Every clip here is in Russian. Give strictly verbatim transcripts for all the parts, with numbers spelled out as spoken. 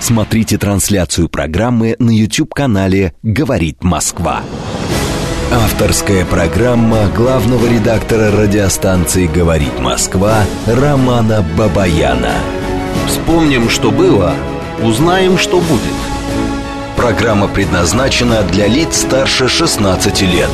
Смотрите трансляцию программы на YouTube-канале «Говорит Москва». Авторская программа главного редактора радиостанции «Говорит Москва» Романа Бабаяна. Вспомним, что было, узнаем, что будет. Программа предназначена для лиц старше шестнадцати лет.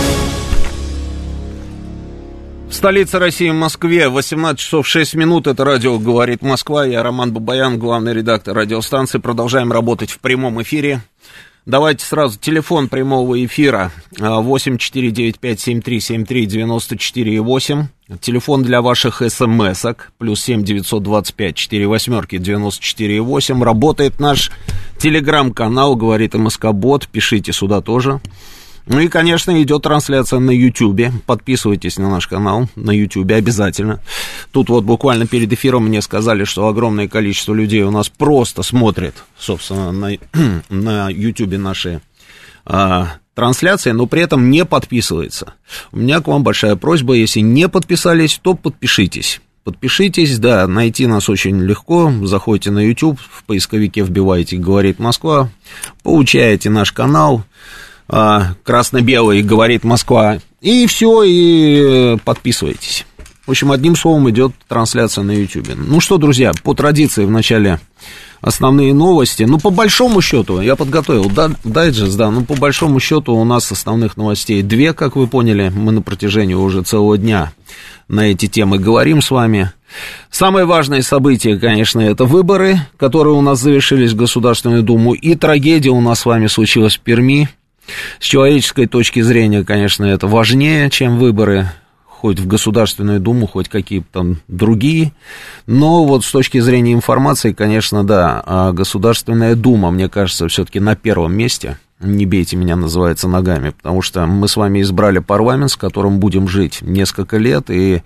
В столице России, в Москве, восемнадцать часов шесть минут. Это радио «Говорит Москва». Я Роман Бабаян, главный редактор радиостанции. Продолжаем работать в прямом эфире. Давайте сразу телефон прямого эфира восемь четыре девять пять семь три семь три девяносто четыре восемь. Телефон для ваших смс-ок плюс семь девятьсот двадцать пять четыре восьмерки девяносто четыре восемь. Работает наш телеграм-канал «Говорит МСК-бот». Пишите сюда тоже. Ну и, конечно, идет трансляция на Ютьюбе. Подписывайтесь на наш канал на Ютьюбе обязательно. Тут вот буквально перед эфиром мне сказали, что огромное количество людей у нас просто смотрит, собственно, на, на Ютьюбе наши а, трансляции, но при этом не подписывается. У меня к вам большая просьба, если не подписались, то подпишитесь. Подпишитесь, да, найти нас очень легко. Заходите на YouTube, в поисковике вбиваете «Говорит Москва», получаете наш канал. Красно-белый «Говорит Москва», и все, и подписывайтесь. В общем, одним словом, идет трансляция на Ютьюбе. Ну что, друзья, по традиции в начале основные новости. Ну, по большому счету, я подготовил дайджест, да, ну, по большому счету у нас основных новостей две, как вы поняли. Мы на протяжении уже целого дня на эти темы говорим с вами. Самое важное событие, конечно, это выборы, которые у нас завершились в Государственную Думу, и трагедия у нас с вами случилась в Перми. С человеческой точки зрения, конечно, это важнее, чем выборы, хоть в Государственную Думу, хоть какие-то там другие. Но вот с точки зрения информации, конечно, да, Государственная Дума, мне кажется, все-таки на первом месте. Не бейте меня, называется, ногами, потому что мы с вами избрали парламент, с которым будем жить несколько лет, и...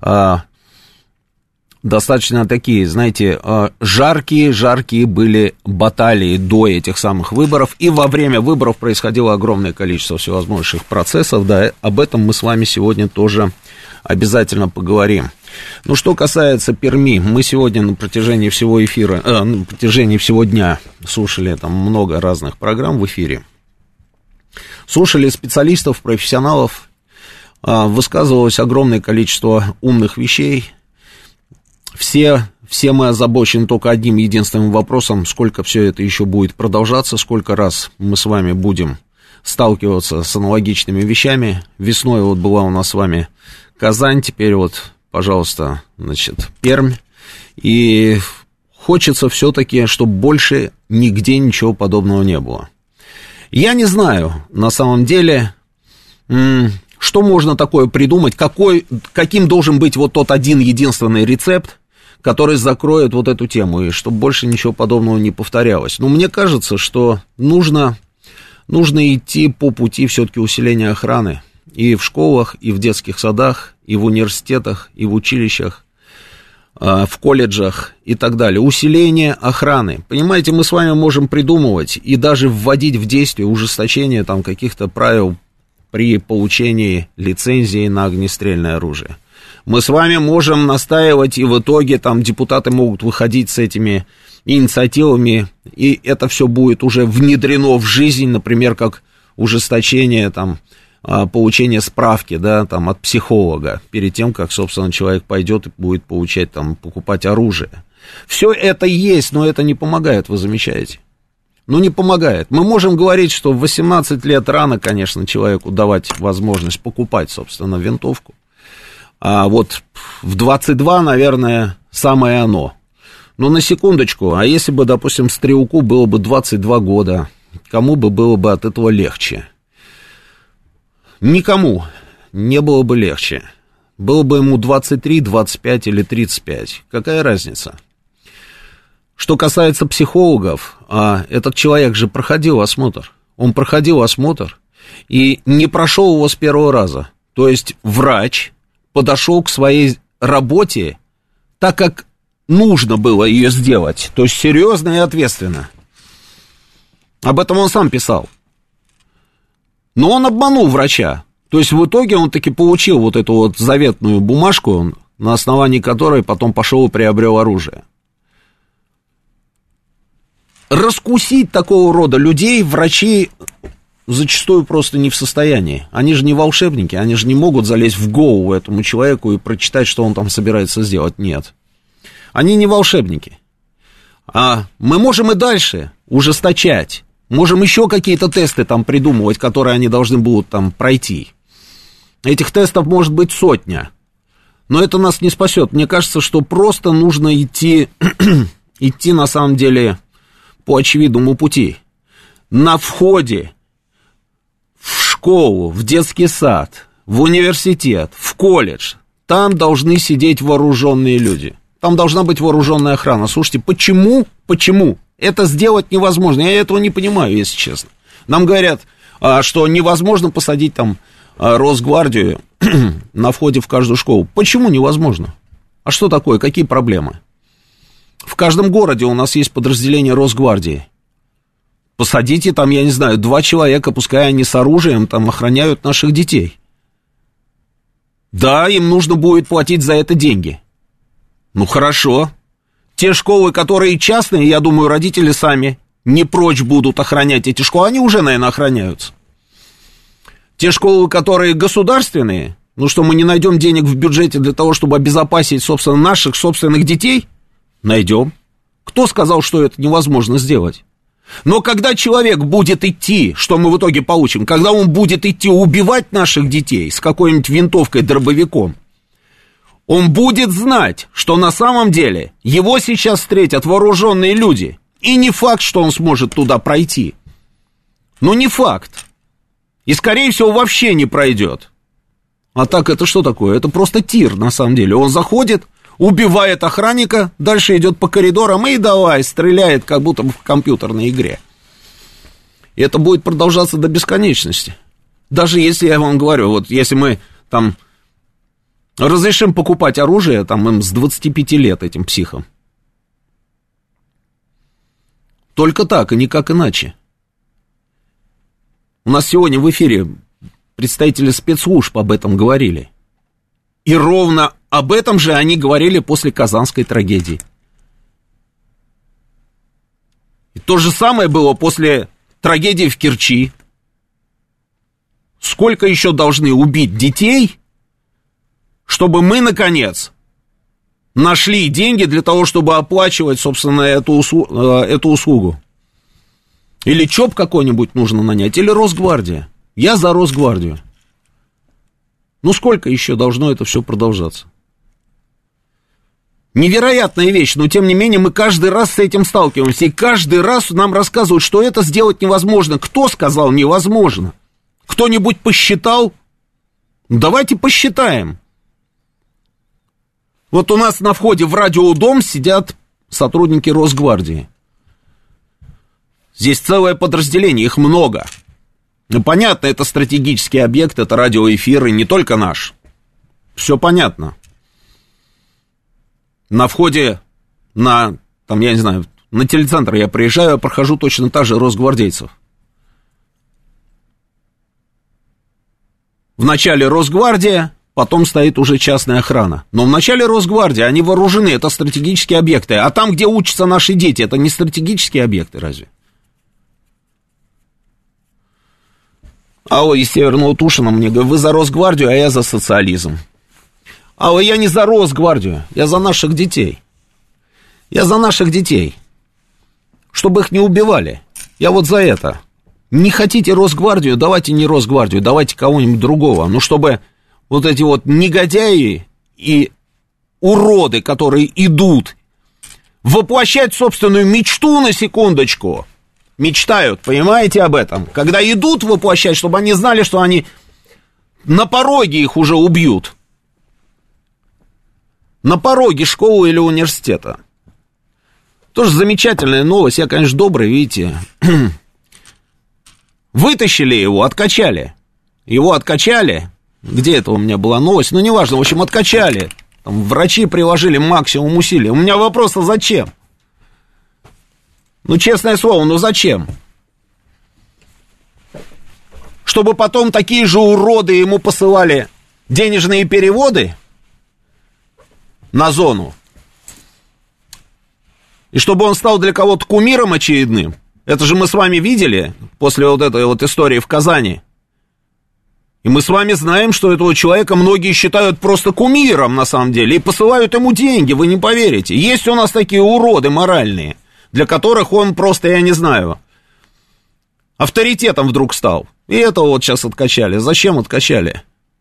достаточно такие, знаете, жаркие-жаркие были баталии до этих самых выборов, и во время выборов происходило огромное количество всевозможных процессов, да, об этом мы с вами сегодня тоже обязательно поговорим. Ну, что касается Перми, мы сегодня на протяжении всего эфира, э, на протяжении всего дня слушали там много разных программ в эфире, слушали специалистов, профессионалов, высказывалось огромное количество умных вещей. Все, все мы озабочены только одним единственным вопросом, сколько все это еще будет продолжаться, сколько раз мы с вами будем сталкиваться с аналогичными вещами. Весной вот была у нас с вами Казань, теперь вот, пожалуйста, значит, Пермь. И хочется все-таки, чтобы больше нигде ничего подобного не было. Я не знаю, на самом деле, что можно такое придумать, какой, каким должен быть вот тот один единственный рецепт, который закроет вот эту тему, и чтобы больше ничего подобного не повторялось. Но мне кажется, что нужно, нужно идти по пути все-таки усиления охраны и в школах, и в детских садах, и в университетах, и в училищах, в колледжах и так далее. Усиление охраны. Понимаете, мы с вами можем придумывать и даже вводить в действие ужесточение там каких-то правил при получении лицензии на огнестрельное оружие. Мы с вами можем настаивать, и в итоге там депутаты могут выходить с этими инициативами, и это все будет уже внедрено в жизнь, например, как ужесточение там, получения справки, да, там, от психолога, перед тем, как, собственно, человек пойдет и будет получать, там, покупать оружие. Все это есть, но это не помогает, вы замечаете? Ну, не помогает. Мы можем говорить, что в восемнадцать лет рано, конечно, человеку давать возможность покупать, собственно, винтовку. А вот в двадцать два, наверное, самое оно. Но на секундочку, а если бы, допустим, стрелку было бы двадцать два года, кому бы было бы от этого легче? Никому не было бы легче. Было бы ему двадцать три, двадцать пять или тридцать пять. Какая разница? Что касается психологов, а этот человек же проходил осмотр. Он проходил осмотр и не прошел его с первого раза. То есть врач подошел к своей работе так, как нужно было ее сделать. То есть серьезно и ответственно. Об этом он сам писал. Но он обманул врача. То есть в итоге он таки получил вот эту вот заветную бумажку, на основании которой потом пошел и приобрел оружие. раскусить такого рода людей врачи зачастую просто не в состоянии. Они же не волшебники, они же не могут залезть в голову этому человеку и прочитать, что он там собирается сделать. Нет. Они не волшебники. А мы можем и дальше ужесточать. Можем еще какие-то тесты там придумывать, которые они должны будут там пройти. Этих тестов может быть сотня. Но это нас не спасет. Мне кажется, что просто нужно идти, идти на самом деле по очевидному пути. На входе в школу, в детский сад, в университет, в колледж, там должны сидеть вооруженные люди. Там должна быть вооруженная охрана. Слушайте, почему, почему это сделать невозможно? Я этого не понимаю, если честно. Нам говорят, что невозможно посадить там Росгвардию на входе в каждую школу. Почему невозможно? А что такое? Какие проблемы? В каждом городе у нас есть подразделение Росгвардии. Посадите там, я не знаю, два человека, пускай они с оружием там охраняют наших детей. Да, им нужно будет платить за это деньги. Ну, хорошо. Те школы, которые частные, я думаю, родители сами не прочь будут охранять эти школы. Они уже, наверное, охраняются. Те школы, которые государственные, ну что, мы не найдем денег в бюджете для того, чтобы обезопасить, собственно, наших собственных детей? Найдем. Кто сказал, что это невозможно сделать? Но когда человек будет идти, что мы в итоге получим? Когда он будет идти убивать наших детей с какой-нибудь винтовкой, дробовиком, он будет знать, что на самом деле его сейчас встретят вооруженные люди. И не факт, что он сможет туда пройти. Ну, не факт. И, скорее всего, вообще не пройдет. А так это что такое? Это просто тир, на самом деле. Он заходит, убивает охранника, дальше идет по коридорам и давай, стреляет, как будто в компьютерной игре. И это будет продолжаться до бесконечности. Даже если, я вам говорю, вот если мы там разрешим покупать оружие, там им с двадцати пяти лет, этим психам. Только так и никак иначе. У нас сегодня в эфире представители спецслужб об этом говорили. И ровно об этом же они говорили после Казанской трагедии. И то же самое было после трагедии в Керчи. Сколько еще должны убить детей, чтобы мы, наконец, нашли деньги для того, чтобы оплачивать, собственно, эту, услу- эту услугу? Или ЧОП какой-нибудь нужно нанять, или Росгвардия. Я за Росгвардию. Ну, сколько еще должно это все продолжаться? Невероятная вещь, но, тем не менее, мы каждый раз с этим сталкиваемся. И каждый раз нам рассказывают, что это сделать невозможно. Кто сказал невозможно? Кто-нибудь посчитал? Давайте посчитаем. Вот у нас на входе в радиодом сидят сотрудники Росгвардии. Здесь целое подразделение, их много. Ну, понятно, это стратегический объект, это радиоэфиры, не только наш. Все понятно. На входе, на, там, я не знаю, на телецентр я приезжаю, я прохожу точно так же росгвардейцев. Вначале Росгвардия, потом стоит уже частная охрана. Но вначале Росгвардия, они вооружены, это стратегические объекты. А там, где учатся наши дети, это не стратегические объекты, разве? Алло, из Северного Тушина мне говорят, вы за Росгвардию, а я за социализм. Алло, я не за Росгвардию, я за наших детей. Я за наших детей. Чтобы их не убивали. Я вот за это. Не хотите Росгвардию, давайте не Росгвардию, давайте кого-нибудь другого. Ну, чтобы вот эти вот негодяи и уроды, которые идут воплощать собственную мечту, на секундочку, мечтают, понимаете об этом? Когда идут воплощать, чтобы они знали, что они на пороге их уже убьют. На пороге школы или университета. Тоже замечательная новость. Я, конечно, добрый, видите. Вытащили его, откачали. Его откачали. Где это у меня была новость? Ну, неважно, в общем, откачали. Там врачи приложили максимум усилий. У меня вопрос, а зачем? Ну, честное слово, ну зачем? Чтобы потом такие же уроды ему посылали денежные переводы на зону? И чтобы он стал для кого-то кумиром очередным. Это же мы с вами видели после вот этой вот истории в Казани. И мы с вами знаем, что этого человека многие считают просто кумиром на самом деле. И посылают ему деньги, вы не поверите. Есть у нас такие уроды моральные, для которых он просто, я не знаю, авторитетом вдруг стал. И этого вот сейчас откачали. Зачем откачали?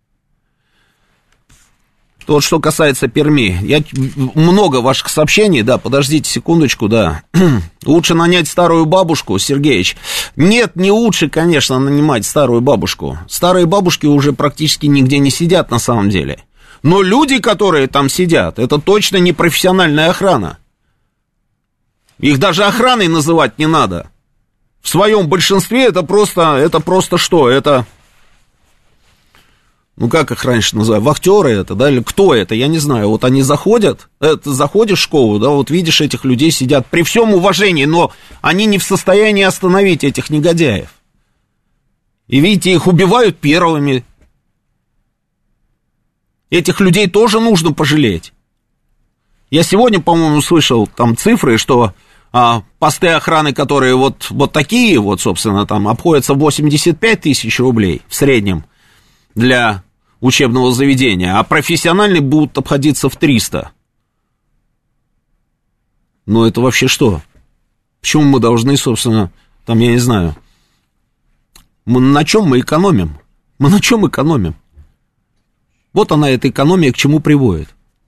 Вот что касается Перми. Я, много ваших сообщений, да, подождите секундочку, да. Лучше нанять старую бабушку, Сергеич. Нет, не лучше, конечно, нанимать старую бабушку. Старые бабушки уже практически нигде не сидят на самом деле. Но люди, которые там сидят, это точно не профессиональная охрана. Их даже охраной называть не надо. В своем большинстве это просто, это просто что? Это... Ну, как их раньше называют, вахтеры это, да, или кто это, я не знаю, вот они заходят, это, заходишь в школу, да, вот видишь, этих людей сидят, при всем уважении, но они не в состоянии остановить этих негодяев. И видите, их убивают первыми. Этих людей тоже нужно пожалеть. Я сегодня, по-моему, слышал там цифры, что а, посты охраны, которые вот, вот такие вот, собственно, там обходятся в восемьдесят пять тысяч рублей в среднем, для учебного заведения, а профессиональные будут обходиться в триста. Ну, это вообще что? Почему мы должны, собственно, там, я не знаю, мы, на чем мы экономим? Мы на чем экономим? Вот она, эта экономия, к чему приводит.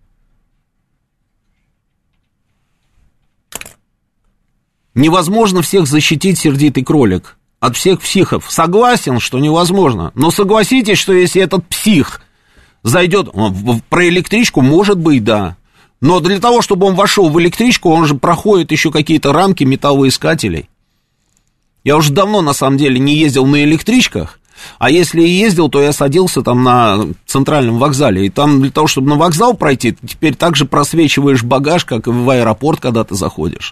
Невозможно всех защитить, сердитый кролик. От всех психов. Согласен, что невозможно. Но согласитесь, что если этот псих зайдет про электричку, может быть, да. Но для того, чтобы он вошел в электричку, он же проходит еще какие-то рамки металлоискателей. Я уже давно, на самом деле, не ездил на электричках. А если и ездил, то я садился там на центральном вокзале. И там для того, чтобы на вокзал пройти, ты теперь так же просвечиваешь багаж, как и в аэропорт, когда ты заходишь.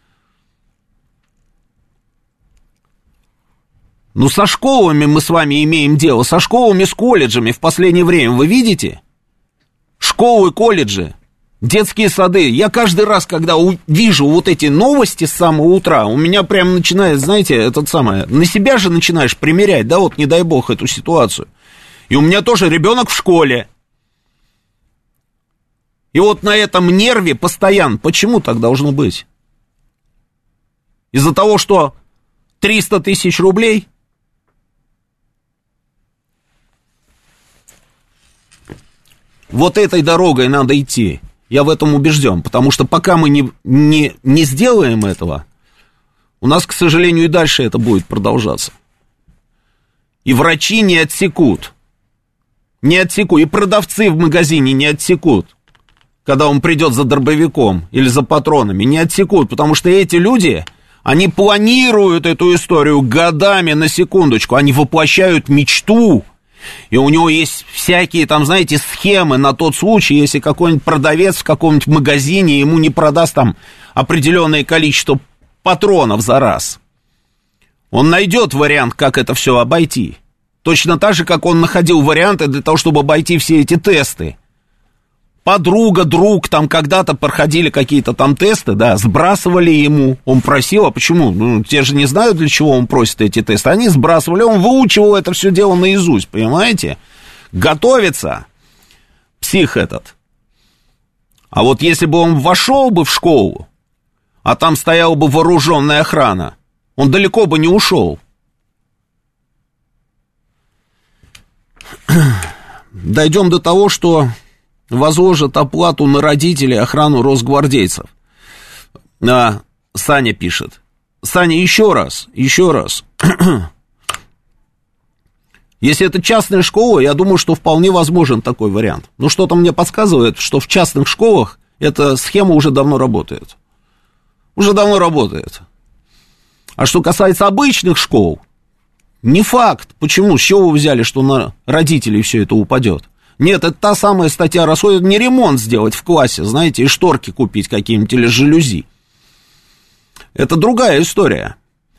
Ну, со школами мы с вами имеем дело, со школами, с колледжами в последнее время, вы видите? Школы, колледжи, детские сады. Я каждый раз, когда вижу вот эти новости с самого утра, у меня прям начинает, знаете, этот самое, на себя же начинаешь примерять, да, вот не дай бог эту ситуацию. И у меня тоже ребенок в школе. И вот на этом нерве постоянно. Почему так должно быть? Из-за того, что триста тысяч рублей? Вот этой дорогой надо идти. Я в этом убежден. Потому что пока мы не, не, не сделаем этого, у нас, к сожалению, и дальше это будет продолжаться. И врачи не отсекут. Не отсекут. И продавцы в магазине не отсекут. Когда он придет за дробовиком или за патронами. Не отсекут. Потому что эти люди, они планируют эту историю годами, на секундочку. Они воплощают мечту. И у него есть всякие, там, знаете, схемы на тот случай, если какой-нибудь продавец в каком-нибудь магазине ему не продаст там определенное количество патронов за раз. Он найдет вариант, как это все обойти. Точно так же, как он находил варианты для того, чтобы обойти все эти тесты. Подруга, друг, там когда-то проходили какие-то там тесты, да, сбрасывали ему, он просил, а почему? Ну, те же не знают, для чего он просит эти тесты, они сбрасывали, он выучивал это все дело наизусть, понимаете? Готовится псих этот. А вот если бы он вошел бы в школу, а там стояла бы вооруженная охрана, он далеко бы не ушел. Дойдем до того, что возложат оплату на родителей охрану росгвардейцев. А, Саня пишет. Саня, еще раз, еще раз. Если это частная школа, я думаю, что вполне возможен такой вариант. Но что-то мне подсказывает, что в частных школах эта схема уже давно работает. Уже давно работает. А что касается обычных школ, не факт. Почему? С чего вы взяли, что на родителей все это упадет? Нет, это та самая статья расходов, не ремонт сделать в классе, знаете, и шторки купить какие-нибудь или жалюзи. Это другая история.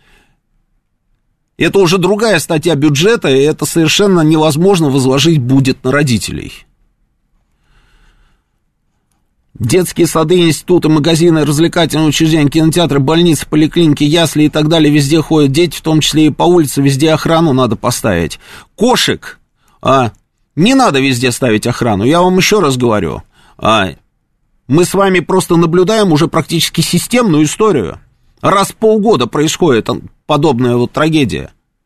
Это уже другая статья бюджета, и это совершенно невозможно возложить будет на родителей. Детские сады, институты, магазины, развлекательные учреждения, кинотеатры, больницы, поликлиники, ясли и так далее, везде ходят дети, в том числе и по улице, везде охрану надо поставить. Кошек, а, не надо везде ставить охрану, я вам еще раз говорю. А, мы с вами просто наблюдаем уже практически системную историю. Раз в полгода происходит подобная вот трагедия.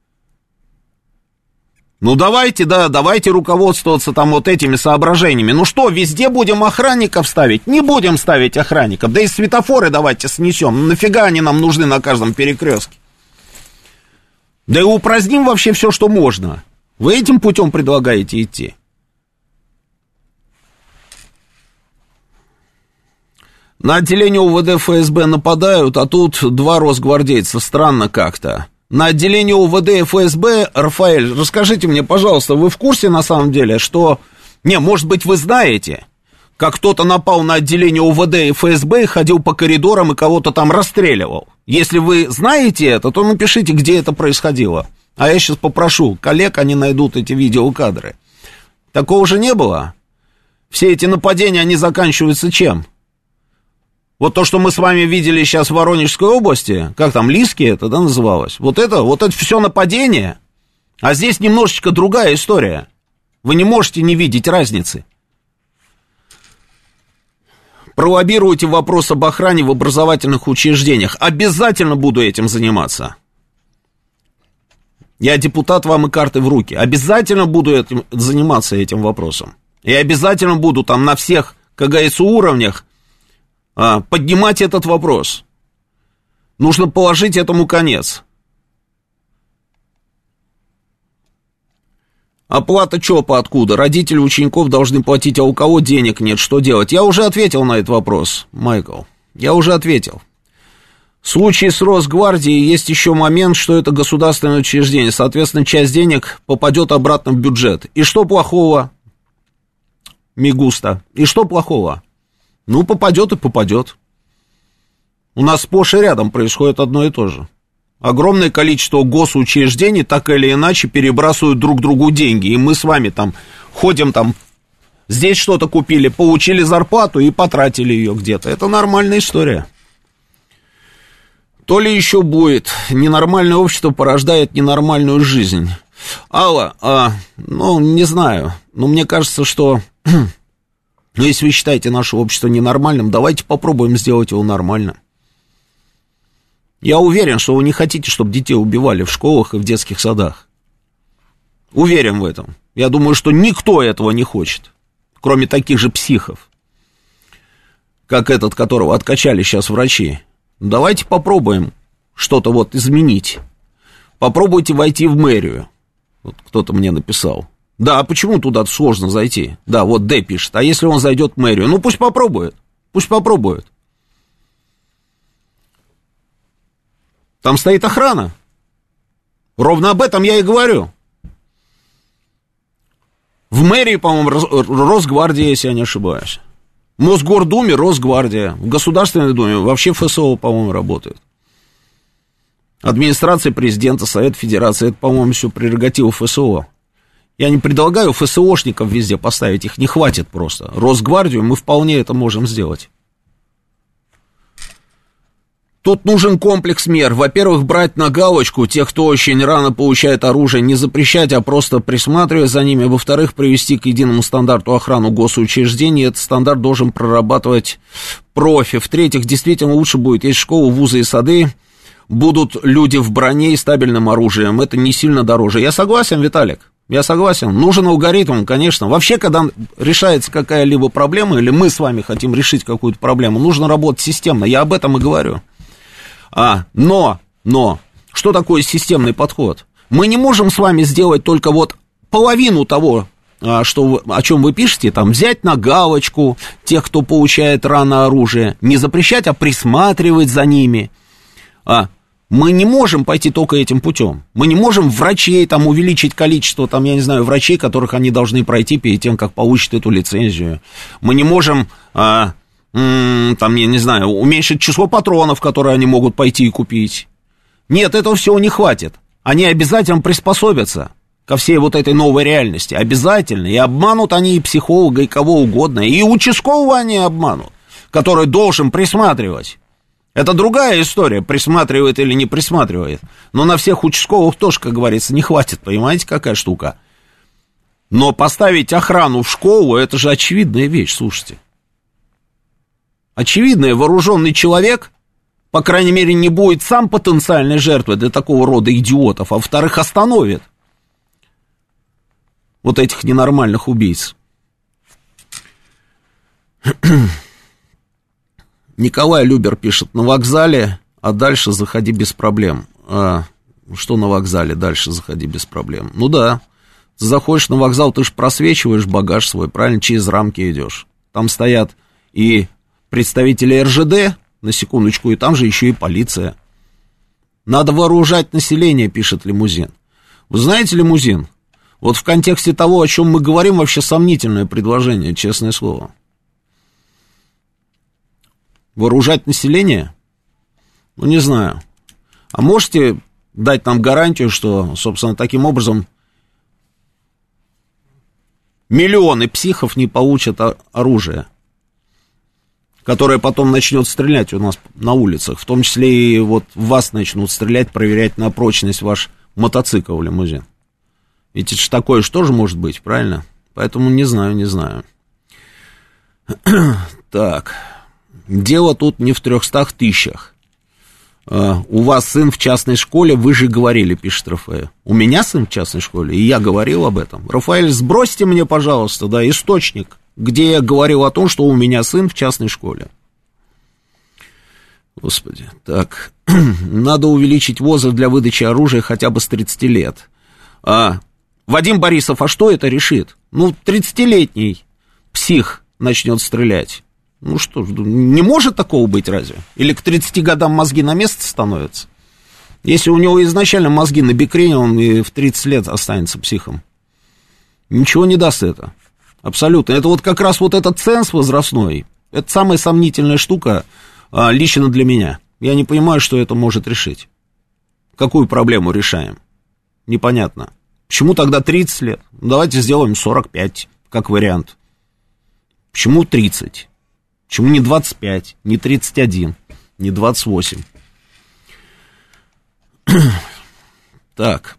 Ну, давайте, да, давайте руководствоваться там вот этими соображениями. Ну что, везде будем охранников ставить? Не будем ставить охранников. Да и светофоры давайте снесем. Ну, нафига они нам нужны на каждом перекрестке? Да и упраздним вообще все, что можно. Вы этим путем предлагаете идти? На отделение УВД ФСБ нападают, а тут два росгвардейца. Странно как-то. На отделение УВД и ФСБ, Рафаэль, расскажите мне, пожалуйста, вы в курсе на самом деле, что... Не, может быть, вы знаете, как кто-то напал на отделение УВД и ФСБ и ходил по коридорам и кого-то там расстреливал. Если вы знаете это, то напишите, где это происходило. А я сейчас попрошу коллег, они найдут эти видеокадры. Такого же не было? Все эти нападения, они заканчиваются чем? Вот то, что мы с вами видели сейчас в Воронежской области, как там, Лиски это, да, называлось, вот это, вот это все нападение, а здесь немножечко другая история. Вы не можете не видеть разницы. Пролоббируйте вопрос об охране в образовательных учреждениях. Обязательно буду этим заниматься. Я депутат, вам и карты в руки. Обязательно буду этим, заниматься этим вопросом. И обязательно буду там на всех, как говорится, уровнях А, поднимать этот вопрос. Нужно положить этому конец. Оплата ЧОПа откуда? Родители учеников должны платить, а у кого денег нет, что делать? Я уже ответил на этот вопрос, Майкл. Я уже ответил. В случае с Росгвардией есть еще момент, что это государственное учреждение. Соответственно, часть денег попадет обратно в бюджет. И что плохого, Мигуста? И что плохого? Ну, попадет и попадет. У нас сплошь и рядом происходит одно и то же. Огромное количество госучреждений так или иначе перебрасывают друг другу деньги. И мы с вами там ходим там, здесь что-то купили, получили зарплату и потратили ее где-то. Это нормальная история. То ли еще будет. Ненормальное общество порождает ненормальную жизнь. Алла, а, ну, не знаю. Но мне кажется, что... Но если вы считаете наше общество ненормальным, давайте попробуем сделать его нормальным. Я уверен, что вы не хотите, чтобы детей убивали в школах и в детских садах. Уверен в этом. Я думаю, что никто этого не хочет, кроме таких же психов, как этот, которого откачали сейчас врачи. Давайте попробуем что-то вот изменить. Попробуйте войти в мэрию. Вот кто-то мне написал. Да, а почему туда сложно зайти? Да, вот Д пишет. А если он зайдет в мэрию? Ну, пусть попробует. Пусть попробует. Там стоит охрана. Ровно об этом я и говорю. В мэрии, по-моему, Росгвардия, если я не ошибаюсь. В Мосгордуме Росгвардия. В Государственной Думе вообще ФСО, по-моему, работает. Администрация президента, Совет Федерации. Это, по-моему, все прерогатива ФСО. Я не предлагаю ФСОшников везде поставить, их не хватит просто. Росгвардию мы вполне это можем сделать. Тут нужен комплекс мер. Во-первых, брать на галочку тех, кто очень рано получает оружие, не запрещать, а просто присматривать за ними. Во-вторых, привести к единому стандарту охрану госучреждений. Этот стандарт должен прорабатывать профи. В-третьих, действительно лучше будет, если школы, вузы и сады будут люди в броне и стабильным оружием. Это не сильно дороже. Я согласен, Виталик. Я согласен, нужен алгоритм, конечно. Вообще, когда решается какая-либо проблема, или мы с вами хотим решить какую-то проблему, нужно работать системно, я об этом и говорю. А, но, но, что такое системный подход? Мы не можем с вами сделать только вот половину того, что вы, о чем вы пишете, там, взять на галочку тех, кто получает рано оружие, не запрещать, а присматривать за ними, а... Мы не можем пойти только этим путем. Мы не можем врачей там увеличить количество, там, я не знаю, врачей, которых они должны пройти перед тем, как получат эту лицензию. Мы не можем, а, м- там, я не знаю, уменьшить число патронов, которые они могут пойти и купить. Нет, этого всего не хватит. Они обязательно приспособятся ко всей вот этой новой реальности. Обязательно. И обманут они и психолога, и кого угодно. И участкового они обманут. который должен присматривать. Это другая история, присматривает или не присматривает. Но на всех участковых тоже, как говорится, не хватит, понимаете, какая штука. Но поставить охрану в школу, это же очевидная вещь, слушайте. Очевидная, вооруженный человек, по крайней мере, не будет сам потенциальной жертвой для такого рода идиотов, а во-вторых, остановит вот этих ненормальных убийц. Николай Любер пишет: на вокзале, а дальше заходи без проблем. А, что на вокзале, дальше заходи без проблем? Ну да, ты заходишь на вокзал, ты же просвечиваешь багаж свой, правильно, через рамки идешь. Там стоят и представители эр жэ дэ, на секундочку, и там же еще и полиция. Надо вооружать население, пишет Лимузин. Вы знаете, Лимузин, вот в контексте того, о чем мы говорим, вообще сомнительное предложение, честное слово. Вооружать население? Ну, не знаю. А можете дать нам гарантию, что, собственно, таким образом миллионы психов не получат оружие, которое потом начнет стрелять у нас на улицах, в том числе и вот в вас начнут стрелять, проверять на прочность ваш мотоцикл, Лимузин. Ведь это же такое же тоже может быть, правильно? Поэтому не знаю, не знаю. Так... Дело тут не в трехстах тысячах. Uh, у вас сын в частной школе, вы же говорили, пишет Рафаэль. У меня сын в частной школе, и я говорил об этом. Рафаэль, сбросьте мне, пожалуйста, да, источник, где я говорил о том, что у меня сын в частной школе. Господи, так, надо увеличить возраст для выдачи оружия хотя бы с тридцати лет. А, Вадим Борисов, а что это решит? Ну, тридцатилетний псих начнет стрелять. Ну что ж, не может такого быть разве? Или к тридцати годам мозги на место становятся? Если у него изначально мозги на бекрень, он и в тридцать лет останется психом. Ничего не даст это. Абсолютно. Это вот как раз вот этот ценз возрастной, это самая сомнительная штука а, лично для меня. Я не понимаю, что это может решить. Какую проблему решаем? Непонятно. Почему тогда тридцать лет? Давайте сделаем сорок пять, как вариант. Почему тридцать? Почему не двадцать пять, не тридцать один, не двадцать восемь? Так.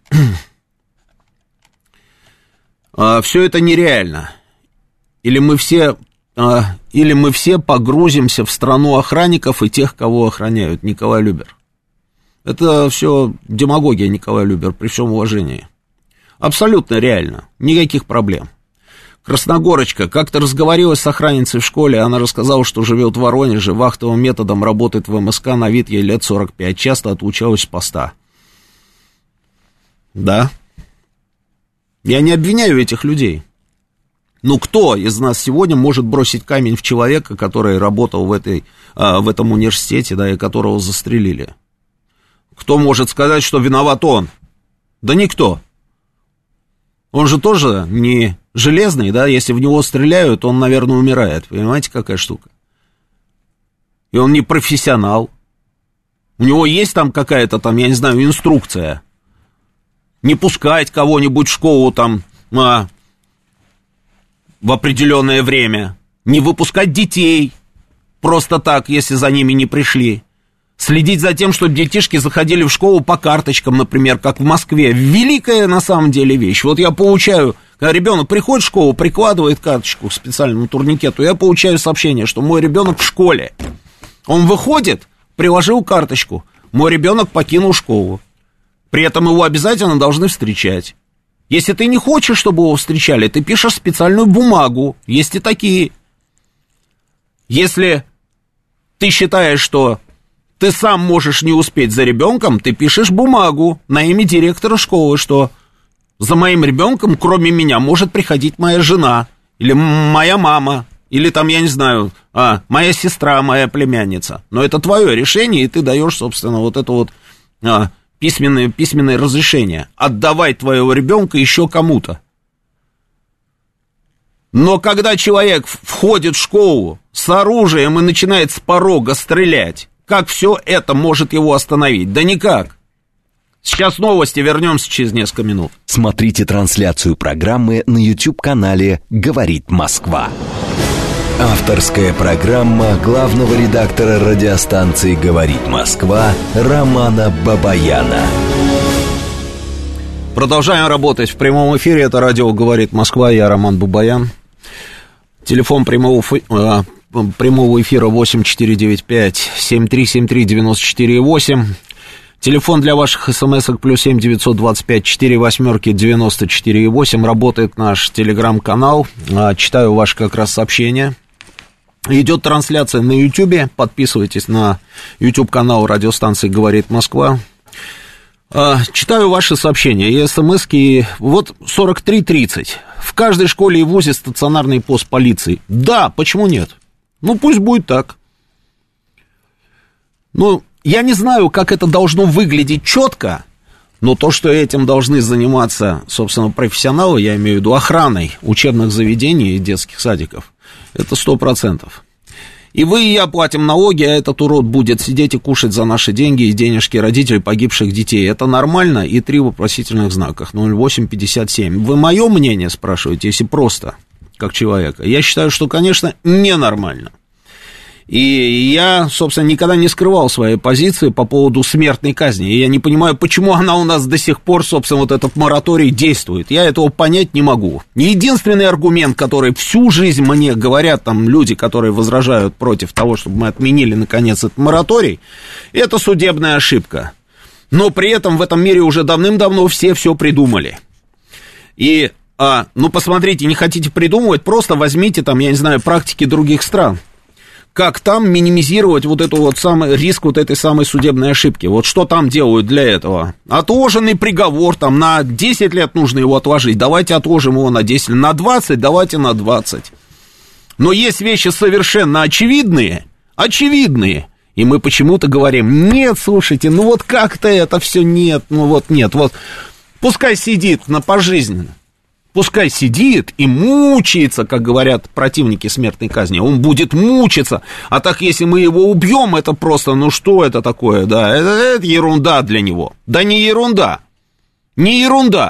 А, все это нереально. Или мы все, а, или мы все погрузимся в страну охранников и тех, кого охраняют. Николай Любер. Это все демагогия, Николай Любер, при всем уважении. Абсолютно реально. Никаких проблем. Красногорочка как-то разговорилась с охранницей в школе, она рассказала, что живет в Воронеже, вахтовым методом работает в эм эс ка, на вид ей лет сорок пять, часто отлучалась с поста. Да. Я не обвиняю этих людей. Ну, кто из нас сегодня может бросить камень в человека, который работал в, этой, в этом университете, да, и которого застрелили? Кто может сказать, что виноват он? Да никто. Он же тоже не железный, да, если в него стреляют, он, наверное, умирает, понимаете, какая штука? И он не профессионал. У него есть там какая-то там, я не знаю, инструкция. Не пускать кого-нибудь в школу там а, в определенное время. Не выпускать детей просто так, если за ними не пришли. Следить за тем, чтобы детишки заходили в школу по карточкам, например, как в Москве. Великая на самом деле вещь. Вот я получаю, когда ребенок приходит в школу, прикладывает карточку к специальному турникету, я получаю сообщение, что мой ребенок в школе. Он выходит, приложил карточку, мой ребенок покинул школу. При этом его обязательно должны встречать. Если ты не хочешь, чтобы его встречали, ты пишешь специальную бумагу. Есть и такие. Если ты считаешь, что ты сам можешь не успеть за ребенком, ты пишешь бумагу на имя директора школы, что за моим ребенком, кроме меня, может приходить моя жена, или моя мама, или там, я не знаю, а, моя сестра, моя племянница. Но это твое решение, и ты даешь, собственно, вот это вот а, письменное, письменное разрешение. Отдавай твоего ребенка еще кому-то. Но когда человек входит в школу с оружием и начинает с порога стрелять, как все это может его остановить? Да никак. Сейчас новости, вернемся через несколько минут. Смотрите трансляцию программы на YouTube-канале «Говорит Москва». Авторская программа главного редактора радиостанции «Говорит Москва» Романа Бабаяна. Продолжаем работать в прямом эфире. Это радио «Говорит Москва». Я Роман Бабаян. Телефон прямого, э, прямого эфира восемь четыре девять пять семь три семь три девять четыре восемь. Телефон для ваших смс-ок плюс семь девятьсот двадцать пять четыре восьмерки девяносто четыре восемь. Работает наш телеграм-канал. Читаю ваши как раз сообщения. Идет трансляция на Ютьюбе. Подписывайтесь на YouTube-канал радиостанции «Говорит Москва». Читаю ваши сообщения и смс-ки. Вот сорок три тридцать. В каждой школе и вузе стационарный пост полиции. Да, почему нет? Ну, пусть будет так. Ну, я не знаю, как это должно выглядеть четко, но то, что этим должны заниматься, собственно, профессионалы, я имею в виду охраной учебных заведений и детских садиков, это сто процентов. И вы, и я платим налоги, а этот урод будет сидеть и кушать за наши деньги и денежки родителей погибших детей. Это нормально? И три вопросительных знаках. ноль восемь пятьдесят семь. Вы мое мнение спрашиваете, если просто, как человека? Я считаю, что, конечно, ненормально. И я, собственно, никогда не скрывал своей позиции по поводу смертной казни. И я не понимаю, почему она у нас до сих пор, собственно, вот этот мораторий действует. Я этого понять не могу. Единственный аргумент, который всю жизнь мне говорят там люди, которые возражают против того, чтобы мы отменили, наконец, этот мораторий, это судебная ошибка. Но при этом в этом мире уже давным-давно все все придумали. И, а, ну, посмотрите, не хотите придумывать, просто возьмите там, я не знаю, практики других стран. Как там минимизировать вот эту вот самый риск вот этой самой судебной ошибки? Вот что там делают для этого? Отложенный приговор, там на десять лет нужно его отложить, давайте отложим его на десять, на двадцать, давайте на двадцать. Но есть вещи совершенно очевидные, очевидные, и мы почему-то говорим, нет, слушайте, ну вот как-то это все нет, ну вот нет, вот пускай сидит на пожизненно. Пускай сидит и мучается, как говорят противники смертной казни. Он будет мучиться. А так, если мы его убьем, это просто, ну что это такое, да? Это, это ерунда для него. Да не ерунда. Не ерунда.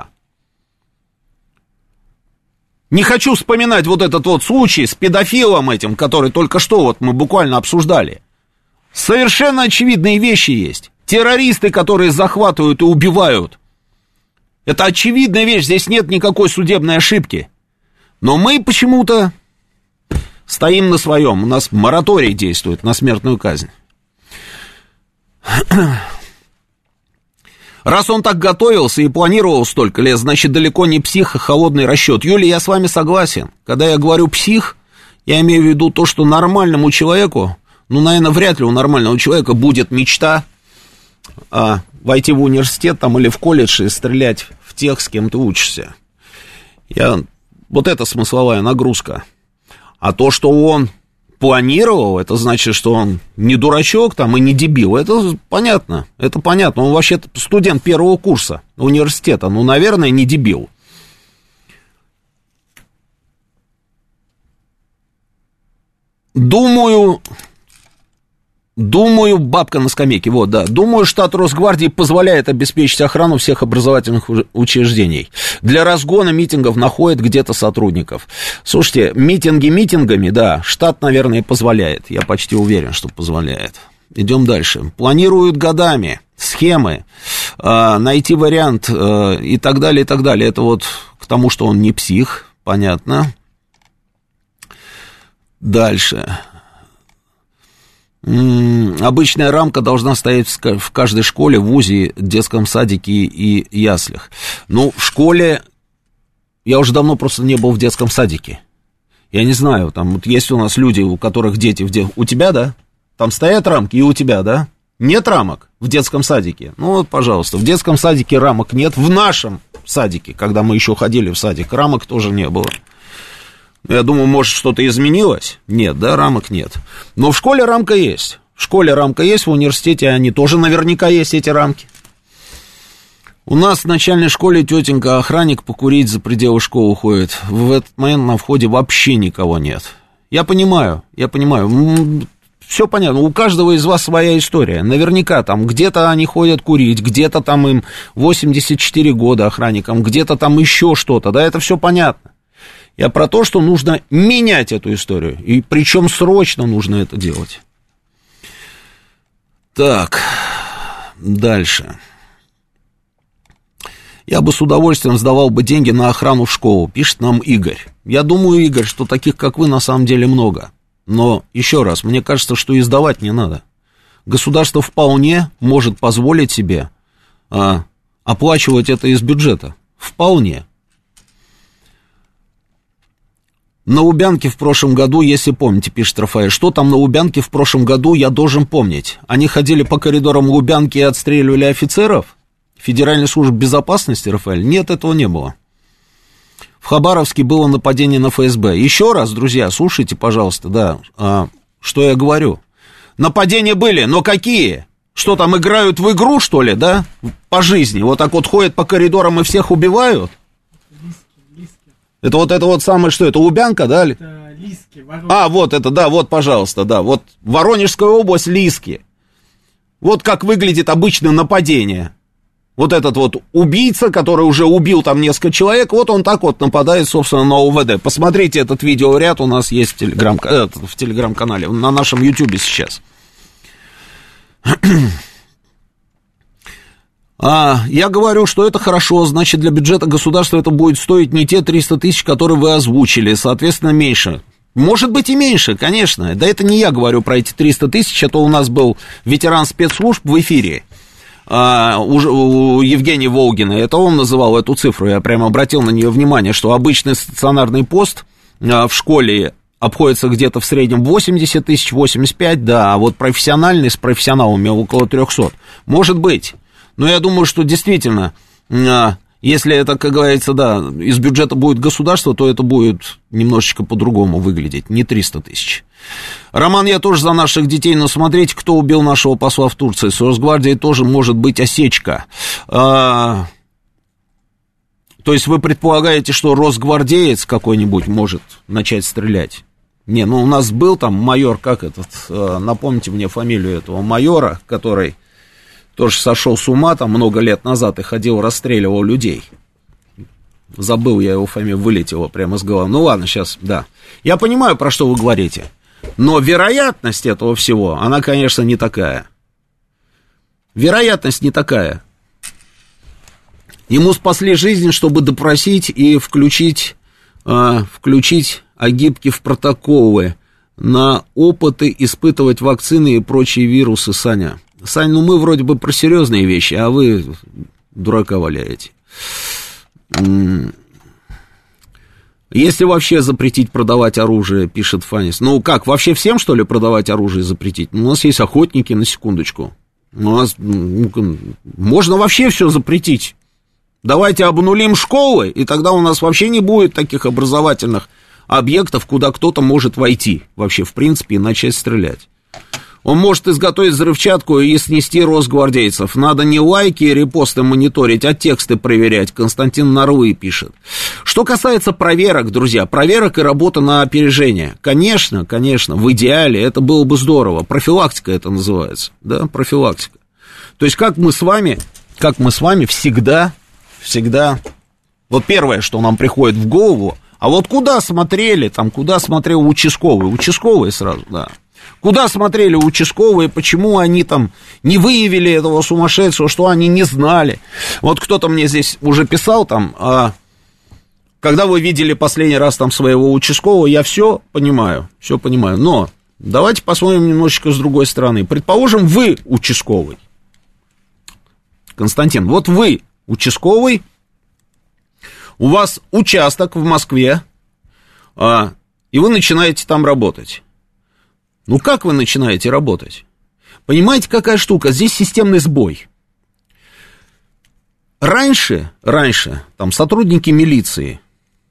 Не хочу вспоминать вот этот вот случай с педофилом этим, который только что вот мы буквально обсуждали. Совершенно очевидные вещи есть. Террористы, которые захватывают и убивают. Это очевидная вещь, здесь нет никакой судебной ошибки. Но мы почему-то стоим на своем. У нас мораторий действует на смертную казнь. Раз он так готовился и планировал столько лет, значит, далеко не псих, а холодный расчет. Юлия, я с вами согласен. Когда я говорю псих, я имею в виду то, что нормальному человеку, ну, наверное, вряд ли у нормального человека будет мечта а, войти в университет там, или в колледж и стрелять в тех, с кем ты учишься. Я... Вот это смысловая нагрузка. А то, что он планировал, это значит, что он не дурачок там и не дебил. Это понятно, это понятно. Он вообще студент первого курса университета. Ну, наверное, не дебил. Думаю... Думаю, бабка на скамейке, вот, да. Думаю, штат Росгвардии позволяет обеспечить охрану всех образовательных учреждений. Для разгона митингов находят где-то сотрудников. Слушайте, митинги митингами, да, штат, наверное, позволяет. Я почти уверен, что позволяет. Идем дальше. Планируют годами схемы, э, найти вариант э, и так далее, и так далее. Это вот к тому, что он не псих, понятно. Дальше. Обычная рамка должна стоять в каждой школе, вузе, детском садике и яслях. Ну, в школе... Я уже давно просто не был в детском садике. Я не знаю, там вот есть у нас люди, у которых дети... В де... У тебя, да? Там стоят рамки, и у тебя, да? Нет рамок в детском садике. Ну, вот, пожалуйста, в детском садике рамок нет. В нашем садике, когда мы еще ходили в садик, рамок тоже не было. Я думаю, может, что-то изменилось? Нет, да, рамок нет. Но в школе рамка есть. В школе рамка есть, в университете они тоже наверняка есть, эти рамки. У нас в начальной школе тетенька охранник покурить за пределы школы уходит. В этот момент на входе вообще никого нет. Я понимаю, я понимаю. Все понятно, у каждого из вас своя история. Наверняка там где-то они ходят курить, где-то там им восемьдесят четыре года охранникам, где-то там еще что-то. Да, это все понятно. Я про то, что нужно менять эту историю. И причем срочно нужно это делать. Так, дальше. Я бы с удовольствием сдавал бы деньги на охрану в школу, пишет нам Игорь. Я думаю, Игорь, что таких, как вы, на самом деле много. Но, еще раз, мне кажется, что и сдавать не надо. Государство вполне может позволить себе а, оплачивать это из бюджета. Вполне. На Лубянке в прошлом году, если помните, пишет Рафаэль, что там на Лубянке в прошлом году, я должен помнить. Они ходили по коридорам Лубянки и отстреливали офицеров? Федеральной службы безопасности, Рафаэль? Нет, этого не было. В Хабаровске было нападение на эф эс бэ. Еще раз, друзья, слушайте, пожалуйста, да, а, что я говорю. Нападения были, но какие? Что там, играют в игру, что ли, да? По жизни. Вот так вот ходят по коридорам и всех убивают? Лиски, лиски. Это вот это вот самое, что это, Лубянка, да? Это Лиски, Воронеж. А, вот это, да, вот, пожалуйста, да. Вот Воронежская область, Лиски. Вот как выглядит обычное нападение. Вот этот вот убийца, который уже убил там несколько человек, вот он так вот нападает, собственно, на о вэ дэ. Посмотрите этот видеоряд, у нас есть в, телеграм, э, в телеграм-канале, на нашем ютубе сейчас. А, я говорю, что это хорошо, значит, для бюджета государства это будет стоить не те триста тысяч, которые вы озвучили, соответственно, меньше. Может быть и меньше, конечно. Да это не я говорю про эти триста тысяч, это у нас был ветеран спецслужб в эфире. А, у, у Евгения Волгина, это он называл эту цифру, я прямо обратил на нее внимание, что обычный стационарный пост а, в школе обходится где-то в среднем восемьдесят тысяч, восемьдесят пять, да, а вот профессиональный с профессионалами около триста. Может быть, но я думаю, что действительно, а, если это, как говорится, да, из бюджета будет государство, то это будет немножечко по-другому выглядеть, не триста тысяч. Роман, я тоже за наших детей, но смотрите, кто убил нашего посла в Турции. С Росгвардией тоже может быть осечка. А, то есть вы предполагаете, что росгвардеец какой-нибудь может начать стрелять? Не, ну у нас был там майор, как этот, а, напомните мне фамилию этого майора, который тоже сошел с ума там много лет назад и ходил, расстреливал людей. Забыл я его фамилию, вылетело прямо с головы. Ну ладно, сейчас, да. Я понимаю, про что вы говорите. Но вероятность этого всего, она, конечно, не такая. Вероятность не такая. Ему спасли жизнь, чтобы допросить и включить, э, включить Агипки в протоколы на опыты, испытывать вакцины и прочие вирусы, Саня. Сань, ну мы вроде бы про серьезные вещи, а вы дурака валяете. Если вообще запретить продавать оружие, пишет Фанис. Ну как, вообще всем, что ли, продавать оружие запретить? У нас есть охотники, на секундочку. У нас можно вообще все запретить. Давайте обнулим школы, и тогда у нас вообще не будет таких образовательных объектов, куда кто-то может войти вообще, в принципе, и начать стрелять. Он может изготовить взрывчатку и снести росгвардейцев. Надо не лайки и репосты мониторить, а тексты проверять. Константин Нарлы пишет. Что касается проверок, друзья, проверок и работы на опережение. Конечно, конечно, в идеале это было бы здорово. Профилактика это называется, да, профилактика. То есть как мы с вами, как мы с вами всегда, всегда, вот первое, что нам приходит в голову, а вот куда смотрели, там, куда смотрел участковый, участковый сразу, да. Куда смотрели участковые, почему они там не выявили этого сумасшедшего, что они не знали. Вот кто-то мне здесь уже писал там, а, когда вы видели последний раз там своего участкового, я все понимаю, все понимаю. Но давайте посмотрим немножечко с другой стороны. Предположим, вы участковый. Константин, вот вы участковый, у вас участок в Москве, а, и вы начинаете там работать. Ну, как вы начинаете работать? Понимаете, какая штука? Здесь системный сбой. Раньше, раньше, там, сотрудники милиции,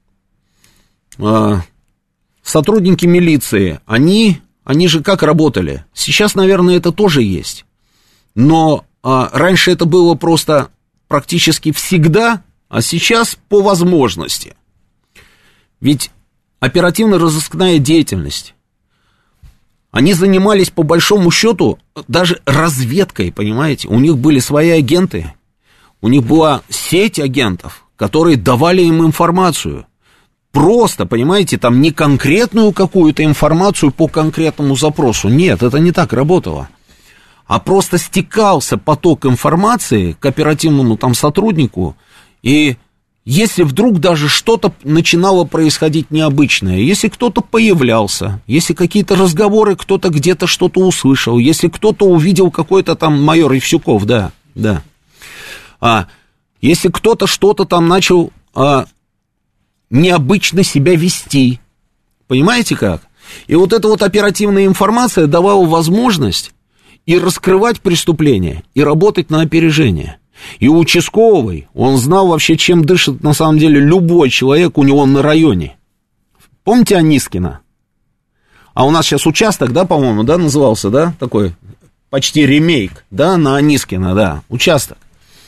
э, сотрудники милиции, они, они же как работали? Сейчас, наверное, это тоже есть. Но э, раньше это было просто практически всегда, а сейчас по возможности. Ведь оперативно-розыскная деятельность, они занимались, по большому счету, даже разведкой, понимаете? У них были свои агенты, у них была сеть агентов, которые давали им информацию. просто, понимаете, там не конкретную какую-то информацию по конкретному запросу. Нет, это не так работало. А просто стекался поток информации к оперативному там сотруднику, и если вдруг даже что-то начинало происходить необычное, если кто-то появлялся, если какие-то разговоры, кто-то где-то что-то услышал, если кто-то увидел какой-то там майор Евсюков, да, да, а если кто-то что-то там начал а, необычно себя вести, понимаете как? И вот эта вот оперативная информация давала возможность и раскрывать преступления, и работать на опережение. И участковый, он знал вообще, чем дышит на самом деле любой человек у него на районе. Помните Анискина? А у нас сейчас участок, да, по-моему, да, назывался, да, такой почти ремейк, да, на Анискина, да, участок.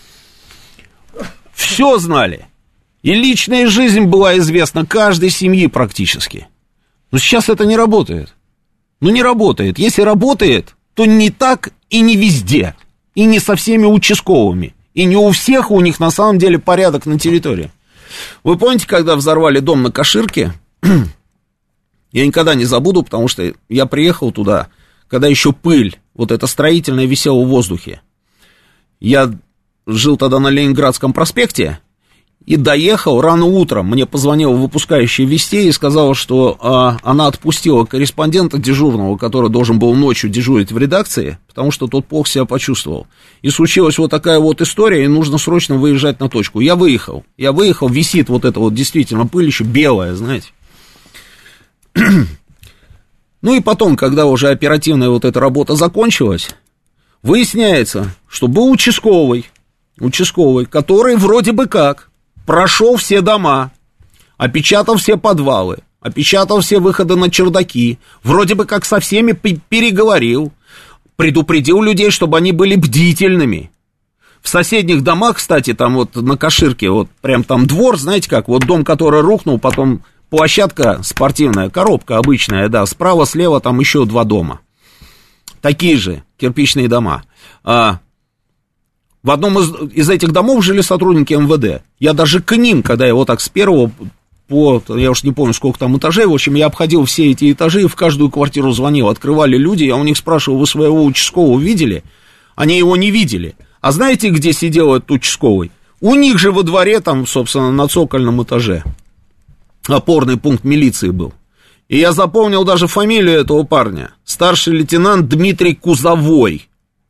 Все знали. И личная жизнь была известна каждой семьи практически. Но сейчас это не работает. Ну, не работает. Если работает, то не так и не везде. И не со всеми участковыми. И не у всех у них на самом деле порядок на территории. Вы помните, когда взорвали дом на Каширке? Я никогда не забуду, потому что я приехал туда, когда еще пыль, вот эта строительная, висела в воздухе. Я жил тогда на Ленинградском проспекте и доехал рано утром. Мне позвонила выпускающая Вестей и сказала, что а, она отпустила корреспондента дежурного, который должен был ночью дежурить в редакции, потому что тот плохо себя почувствовал. И случилась вот такая вот история, и нужно срочно выезжать на точку. Я выехал. Я выехал, висит вот это вот действительно пылище, белое, знаете. Ну и потом, когда уже оперативная вот эта работа закончилась, выясняется, что был участковый, участковый, который вроде бы как прошел все дома, опечатал все подвалы, опечатал все выходы на чердаки, вроде бы как со всеми переговорил, предупредил людей, чтобы они были бдительными. В соседних домах, кстати, там вот на Каширке, вот прям там двор, знаете как, вот дом, который рухнул, потом площадка спортивная, коробка обычная, да, справа, слева там еще два дома. Такие же кирпичные дома. А, в одном из, из этих домов жили сотрудники эм вэ дэ. Я даже к ним, когда я вот так с первого по, я уж не помню, сколько там этажей, в общем, я обходил все эти этажи и в каждую квартиру звонил. Открывали люди, я у них спрашивал, вы своего участкового видели? Они его не видели. А знаете, где сидел этот участковый? У них же во дворе, там, собственно, на цокольном этаже. Опорный пункт милиции был. И я запомнил даже фамилию этого парня. Старший лейтенант Дмитрий Кузовой,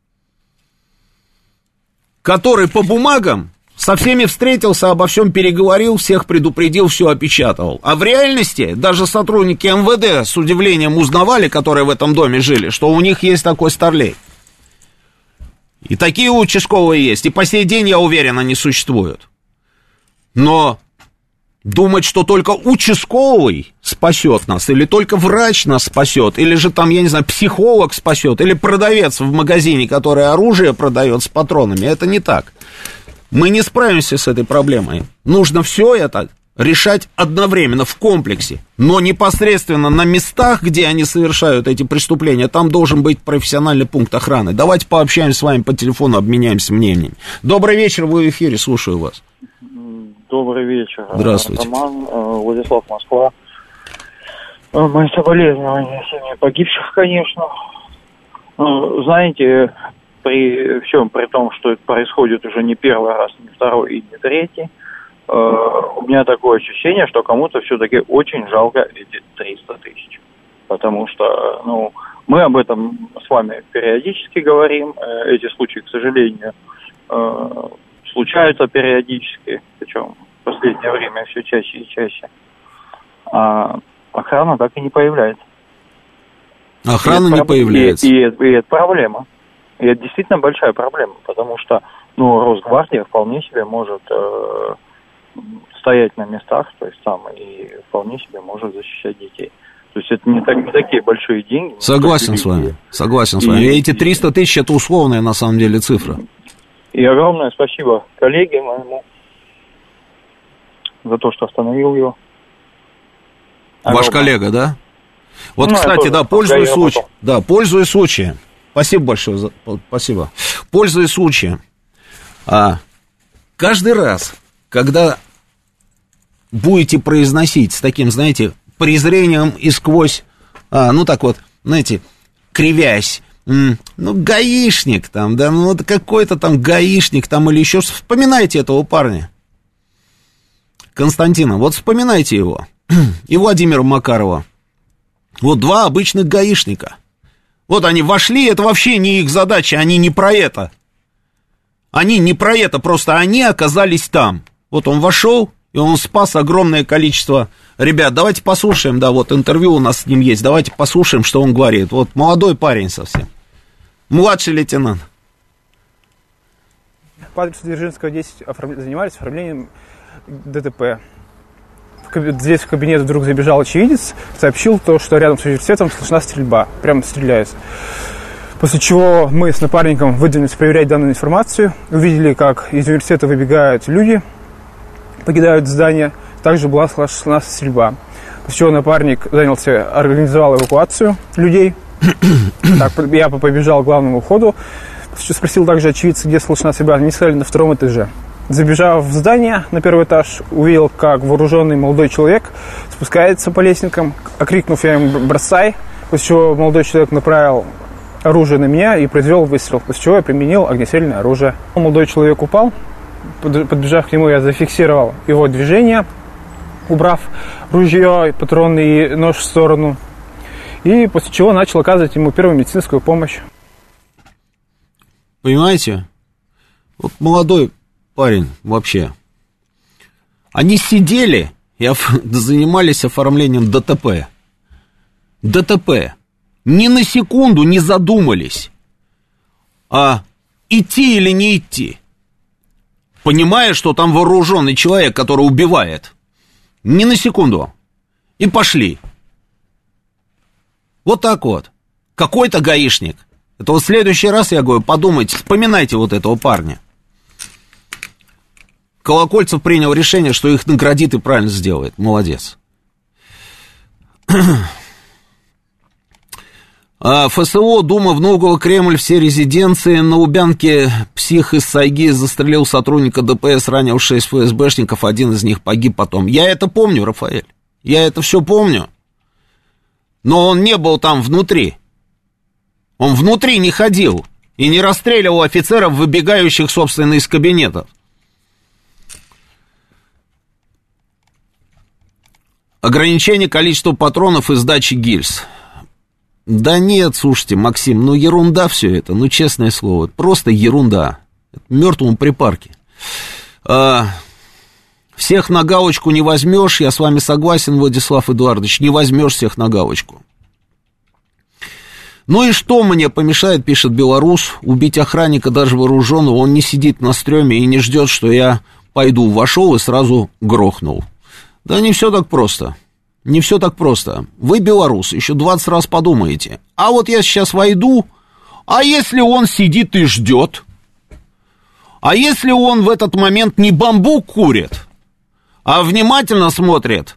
который по бумагам со всеми встретился, обо всем переговорил, всех предупредил, все опечатывал. А в реальности даже сотрудники эм вэ дэ с удивлением узнавали, которые в этом доме жили, что у них есть такой старлей. И такие участковые есть. И по сей день, я уверен, они существуют. Но думать, что только участковый спасет нас, или только врач нас спасет, или же там, я не знаю, психолог спасет, или продавец в магазине, который оружие продает с патронами, это не так. Мы не справимся с этой проблемой. Нужно все это решать одновременно, в комплексе. Но непосредственно на местах, где они совершают эти преступления, там должен быть профессиональный пункт охраны. Давайте пообщаемся с вами по телефону, обменяемся мнением. Добрый вечер, вы в эфире, слушаю вас. Добрый вечер. Здравствуйте. Роман, Владислав, Москва. Мои соболезнования семье погибших, конечно. Знаете, при всем при том, что это происходит уже не первый раз, не второй и не третий, у меня такое ощущение, что кому-то все-таки очень жалко эти триста тысяч. Потому что, ну, мы об этом с вами периодически говорим. Эти случаи, к сожалению, случаются периодически, причем в последнее время все чаще и чаще. А охрана так и не появляется. Охрана не проб... появляется. И, и, и это проблема. И это действительно большая проблема, потому что, ну, Росгвардия вполне себе может э, стоять на местах, то есть там, и вполне себе может защищать детей. То есть это не, так, не такие большие деньги. Согласен с вами, согласен с вами. И эти триста тысяч это условная на самом деле цифра. И огромное спасибо коллеге моему за то, что остановил его. Огромное. Ваш коллега, да? Вот, ну, кстати, да, пользуясь случаем, да, пользуясь случаем, спасибо большое, за, спасибо, пользуясь случаем, а, каждый раз, когда будете произносить с таким, знаете, презрением и сквозь, а, ну так вот, знаете, кривясь, м, ну, гаишник там, да, ну, вот какой-то там гаишник там или еще, вспоминайте этого парня, Константина, вот вспоминайте его, и Владимира Макарова, вот два обычных гаишника, вот они вошли, это вообще не их задача, они не про это, они не про это, просто они оказались там, вот он вошел, и он спас огромное количество ребят. Давайте послушаем, да, вот интервью у нас с ним есть. Давайте послушаем, что он говорит. Вот молодой парень совсем. Младший лейтенант. По адресу Дзержинского, десять оформ... занимались оформлением ДТП. В каб... Здесь в кабинет вдруг забежал очевидец, сообщил то, что рядом с университетом слышна стрельба. Прямо стреляют. После чего мы с напарником выдвинулись проверять данную информацию. Увидели, как из университета выбегают люди, покидают здание. Также была слышна стрельба. После чего напарник занялся, организовал эвакуацию людей. Так, я побежал к главному входу. После чего спросил также очевидца, где слышна стрельба. Они сказали, на втором этаже. Забежав в здание на первый этаж, увидел, как вооруженный молодой человек спускается по лестницам. Окрикнув, я ему «бросай». После чего молодой человек направил оружие на меня и произвел выстрел. После чего я применил огнестрельное оружие. Молодой человек упал. Подбежав к нему, я зафиксировал его движение, убрав ружье, патроны и нож в сторону. И после чего начал оказывать ему первую медицинскую помощь. Понимаете? Вот молодой парень вообще. Они сидели и оф- занимались оформлением ДТП. ДТП. Ни на секунду не задумались, а идти или не идти. Понимая, что там вооруженный человек, который убивает. Ни на секунду. И пошли. Вот так вот. Какой-то гаишник. Это вот в следующий раз, я говорю, подумайте, вспоминайте вот этого парня. Колокольцев принял решение, что их наградит и правильно сделает. Молодец. ФСО, Дума, Внуково, Кремль, все резиденции. На Лубянке псих из Сайги застрелил сотрудника ДПС, ранил шесть ФСБшников, один из них погиб потом. Я это помню, Рафаэль. Я это все помню. Но он не был там внутри. Он внутри не ходил и не расстреливал офицеров, выбегающих, собственно, из кабинетов. Ограничение количества патронов и сдачи гильз. Да нет, слушайте, Максим, ну ерунда все это, ну честное слово, просто ерунда. Мертвому припарке. А, всех на галочку не возьмешь, я с вами согласен, Владислав Эдуардович, не возьмешь всех на галочку. Ну и что мне помешает, пишет белорус, убить охранника даже вооруженного, он не сидит на стреме и не ждет, что я пойду, вошел и сразу грохнул. Да не все так просто. Не все так просто. Вы белорус, еще двадцать раз подумаете. А вот я сейчас войду, а если он сидит и ждет? А если он в этот момент не бамбук курит, а внимательно смотрит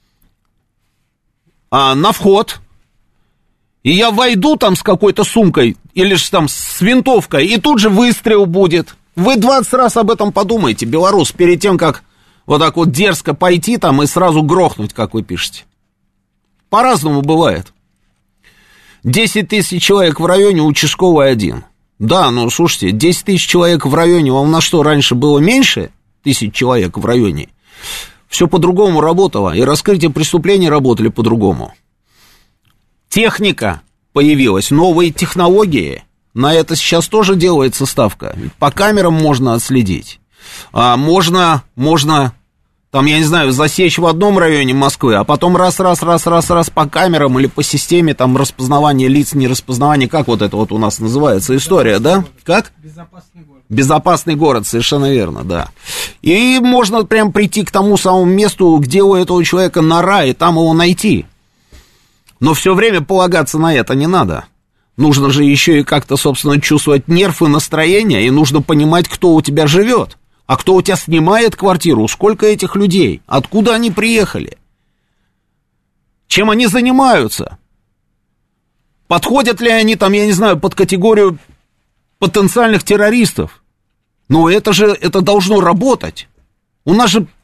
а, на вход, и я войду там с какой-то сумкой или же там с винтовкой, и тут же выстрел будет. Вы двадцать раз об этом подумайте, белорус, перед тем, как вот так вот дерзко пойти там и сразу грохнуть, как вы пишете. По-разному бывает. десять тысяч человек в районе, участковый один. Да, ну, слушайте, десять тысяч человек в районе, а у нас что, раньше было меньше тысяч человек в районе? Все по-другому работало, и раскрытие преступлений работали по-другому. Техника появилась, новые технологии, на это сейчас тоже делается ставка. По камерам можно отследить. А можно, можно, там, я не знаю, засечь в одном районе Москвы, а потом раз, раз, раз, раз, раз по камерам или по системе там распознавания лиц, не распознавания, как вот это вот у нас называется история, да? Как? Безопасный город. Безопасный город, совершенно верно, да. И можно прям прийти к тому самому месту, где у этого человека нора, и там его найти. Но все время полагаться на это не надо. Нужно же еще и как-то, собственно, чувствовать нерв и настроение, и нужно понимать, кто у тебя живет. А кто у тебя снимает квартиру? Сколько этих людей? Откуда они приехали? Чем они занимаются? Подходят ли они там, я не знаю, под категорию потенциальных террористов? Ну, это же, это должно работать. У нас же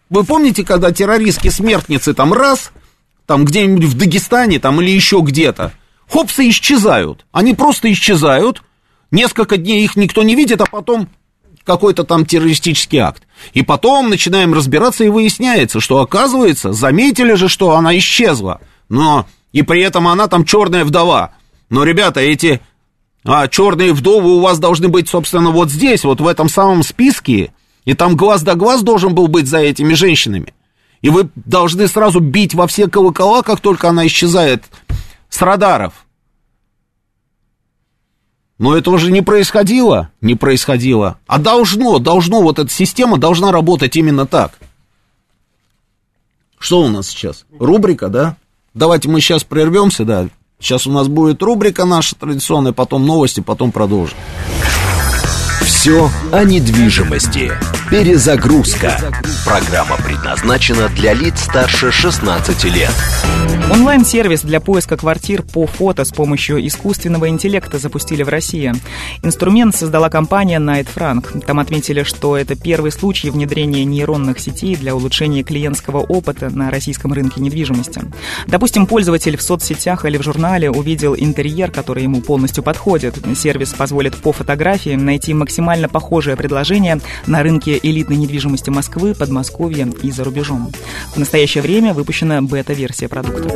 Вы помните, когда террористки-смертницы там раз, там где-нибудь в Дагестане там или еще где-то, хопсы исчезают. Они просто исчезают, несколько дней их никто не видит, а потом какой-то там террористический акт. И потом начинаем разбираться, и выясняется, что, оказывается, заметили же, что она исчезла, но и при этом она там черная вдова. Но, ребята, эти а, черные вдовы у вас должны быть, собственно, вот здесь, вот в этом самом списке, и там глаз да глаз должен был быть за этими женщинами. И вы должны сразу бить во все колокола, как только она исчезает с радаров. Но этого же не происходило, не происходило. А должно, должно, вот эта система должна работать именно так. Что у нас сейчас? Рубрика, да? Давайте мы сейчас прервемся, да. Сейчас у нас будет рубрика наша традиционная, потом новости, потом продолжим. Все о недвижимости. Перезагрузка. Программа предназначена для лиц старше шестнадцати лет. Онлайн-сервис для поиска квартир по фото с помощью искусственного интеллекта запустили в России. Инструмент создала компания Knight Frank. Там отметили, что это первый случай внедрения нейронных сетей для улучшения клиентского опыта на российском рынке недвижимости. Допустим, пользователь в соцсетях или в журнале увидел интерьер, который ему полностью подходит. Сервис позволит по фотографии найти максимально похожее предложение на рынке элитной недвижимости Москвы, Подмосковья и за рубежом. В настоящее время выпущена бета-версия продукта.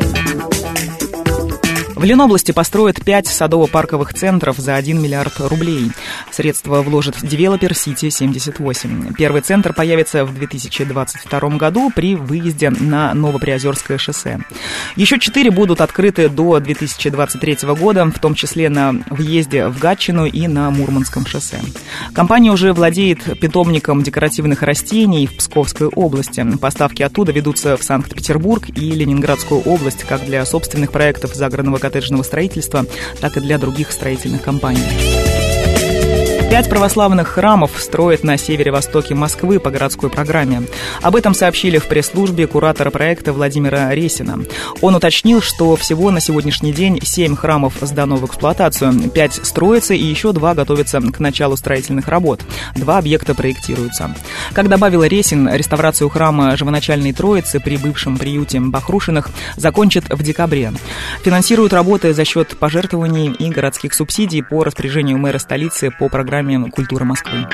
В Ленобласти построят пять садово-парковых центров за один миллиард рублей. Средства вложит девелопер Сити семьдесят восемь. Первый центр появится в две тысячи двадцать втором году при выезде на Новоприозерское шоссе. Еще четыре будут открыты до две тысячи двадцать третьего года, в том числе на въезде в Гатчину и на Мурманском шоссе. Компания уже владеет питомником декоративных растений в Псковской области. Поставки оттуда ведутся в Санкт-Петербург и Ленинградскую область как для собственных проектов загородного коттеджного строительства, так и для других строительных компаний. Пять православных храмов строят на северо-востоке Москвы по городской программе. Об этом сообщили в пресс-службе куратора проекта Владимира Ресина. Он уточнил, что всего на сегодняшний день семь храмов сдано в эксплуатацию, пять строятся и еще два готовятся к началу строительных работ. Два объекта проектируются. Как добавил Ресин, реставрацию храма Живоначальной Троицы при бывшем приюте Бахрушиных закончат в декабре. Финансируют работы за счет пожертвований и городских субсидий по распоряжению мэра столицы по программе «Культура Москвы».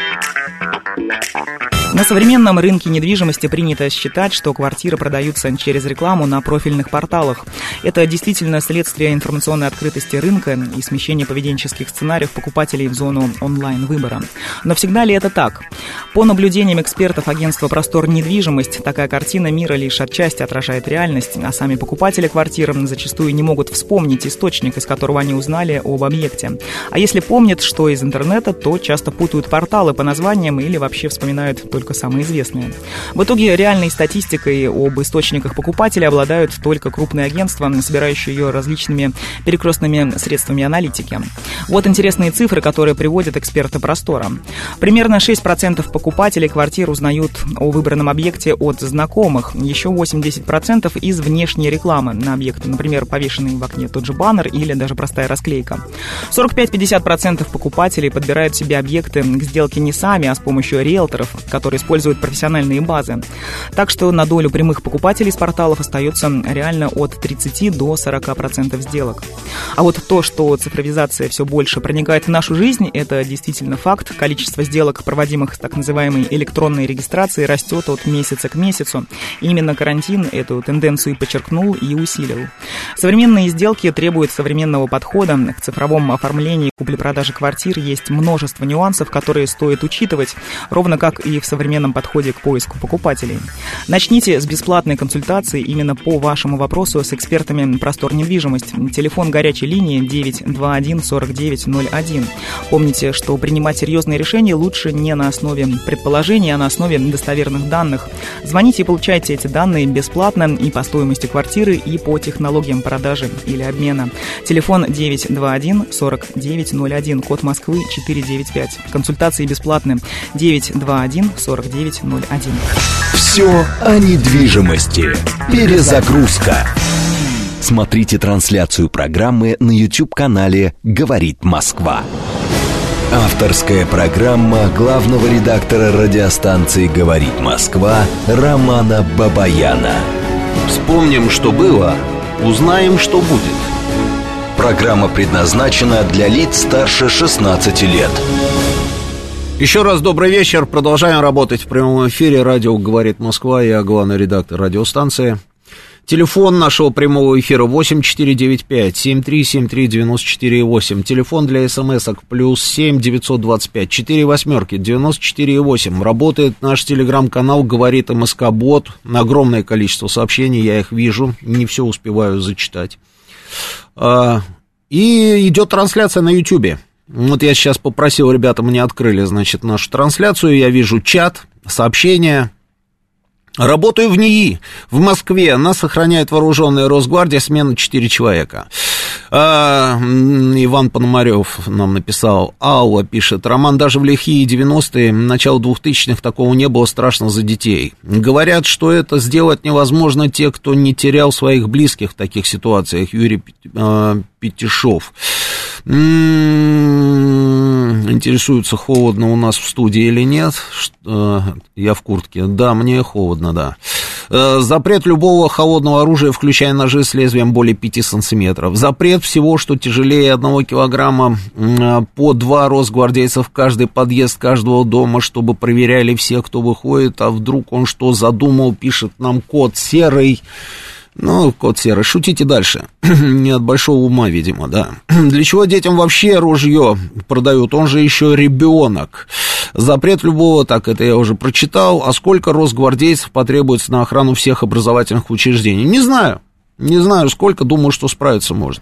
На современном рынке недвижимости принято считать, что квартиры продаются через рекламу на профильных порталах. Это действительно следствие информационной открытости рынка и смещения поведенческих сценариев покупателей в зону онлайн-выбора. Но всегда ли это так? По наблюдениям экспертов агентства «Простор недвижимость», такая картина мира лишь отчасти отражает реальность, а сами покупатели квартир зачастую не могут вспомнить источник, из которого они узнали об объекте. А если помнят, что из интернета, то часто путают порталы по названиям или вообще вспоминают только самые известные. В итоге реальной статистикой об источниках покупателей обладают только крупные агентства, собирающие ее различными перекрестными средствами аналитики. Вот интересные цифры, которые приводят эксперты «Простора». Примерно шесть процентов покупателей квартир узнают о выбранном объекте от знакомых, еще восемь-десять процентов из внешней рекламы на объекты, например, повешенный в окне тот же баннер или даже простая расклейка. сорок пять-пятьдесят процентов покупателей подбирают себе объекты к сделке не сами, а с помощью риэлторов, которые используют профессиональные базы. Так что на долю прямых покупателей с порталов остается реально от тридцати до сорока процентов сделок. А вот то, что цифровизация все больше проникает в нашу жизнь, это действительно факт. Количество сделок, проводимых с так называемой электронной регистрацией, растет от месяца к месяцу. И именно карантин эту тенденцию подчеркнул и усилил. Современные сделки требуют современного подхода. К цифровому оформлению и купле-продаже квартир есть множество нюансов, которые стоит учитывать, ровно как и в современном подходе к поиску покупателей. Начните с бесплатной консультации именно по вашему вопросу с экспертами «Простор недвижимость». Телефон горячей линии девять два один сорок девять ноль один. Помните, что принимать серьезные решения лучше не на основе предположений, а на основе достоверных данных. Звоните и получайте эти данные бесплатно и по стоимости квартиры, и по технологиям продажи или обмена. Телефон девять два один сорок девять ноль один, код Москвы четыреста девяносто пять. Консультации бесплатны. девять два один сорок девять ноль один. Все о недвижимости. Перезагрузка. Смотрите трансляцию программы на YouTube-канале «Говорит Москва». Авторская программа главного редактора радиостанции «Говорит Москва» Романа Бабаяна. Вспомним, что было, узнаем, что будет. Программа предназначена для лиц старше шестнадцати лет. Еще раз добрый вечер. Продолжаем работать в прямом эфире. Радио «Говорит Москва». Я главный редактор радиостанции. Телефон нашего прямого эфира восемь четыре девять пять семь три семь три девять четыре восемь. Телефон для смс-ок плюс семь девятьсот двадцать пять четыре восьмерки девяносто четыре восемь. Работает наш телеграм-канал «Говорит МСК-бот». Огромное количество сообщений, я их вижу. Не все успеваю зачитать. И идет трансляция на Ютьюбе. Вот я сейчас попросил, ребята, мне открыли, значит, нашу трансляцию. Я вижу чат, сообщения. Работаю в НИИ в Москве. Нас охраняет вооруженная Росгвардия, смена четыре человека. А, Иван Пономарев нам написал. Алла пишет: Роман, даже в лихие девяностые, начало двухтысячных такого не было, страшно за детей. Говорят, что это сделать невозможно те, кто не терял своих близких в таких ситуациях. Юрий Петишов. М-м-м, интересуется, холодно у нас в студии или нет. Я в куртке. Да, мне холодно, да. Запрет любого холодного оружия, включая ножи с лезвием более пяти сантиметров. Запрет всего, что тяжелее одного килограмма, по два росгвардейца в каждый подъезд каждого дома, чтобы проверяли все, кто выходит. А вдруг он что задумал, пишет нам кот серый. Ну, кот серый, шутите дальше. Не от большого ума, видимо, да. Для чего детям вообще ружье продают? Он же еще ребенок. Запрет любого, так, это я уже прочитал. А сколько росгвардейцев потребуется на охрану всех образовательных учреждений? Не знаю. Не знаю, сколько, думаю, что справиться можно.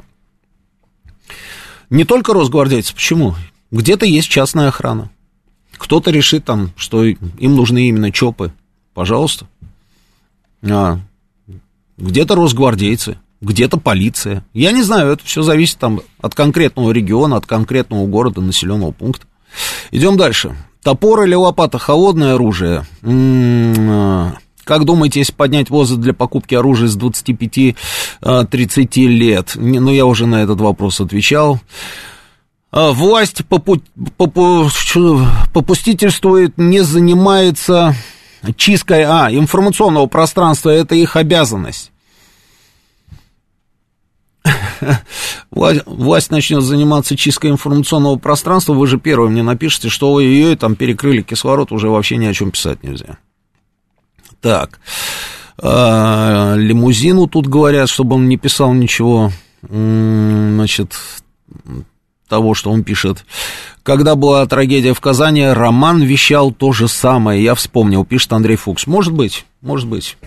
Не только росгвардейцев, почему? Где-то есть частная охрана. Кто-то решит там, что им нужны именно ЧОПы. Пожалуйста. А... Где-то росгвардейцы, где-то полиция. Я не знаю, это все зависит там от конкретного региона, от конкретного города, населенного пункта. Идем дальше. Топор или лопата — холодное оружие. М-м-м. Как думаете, если поднять возраст для покупки оружия с двадцати пяти тридцати лет? Ну, я уже на этот вопрос отвечал. Власть попу- попу- попустительствует, не занимается... Чисткой, а, информационного пространства — это их обязанность. Власть, власть начнет заниматься чисткой информационного пространства, вы же первым мне напишите, что вы ее там перекрыли кислород, уже вообще ни о чем писать нельзя. Так, а, лимузину тут говорят, чтобы он не писал ничего, значит, того, что он пишет. Когда была трагедия в Казани, Роман вещал то же самое. Я вспомнил, пишет Андрей Фукс. Может быть, может быть.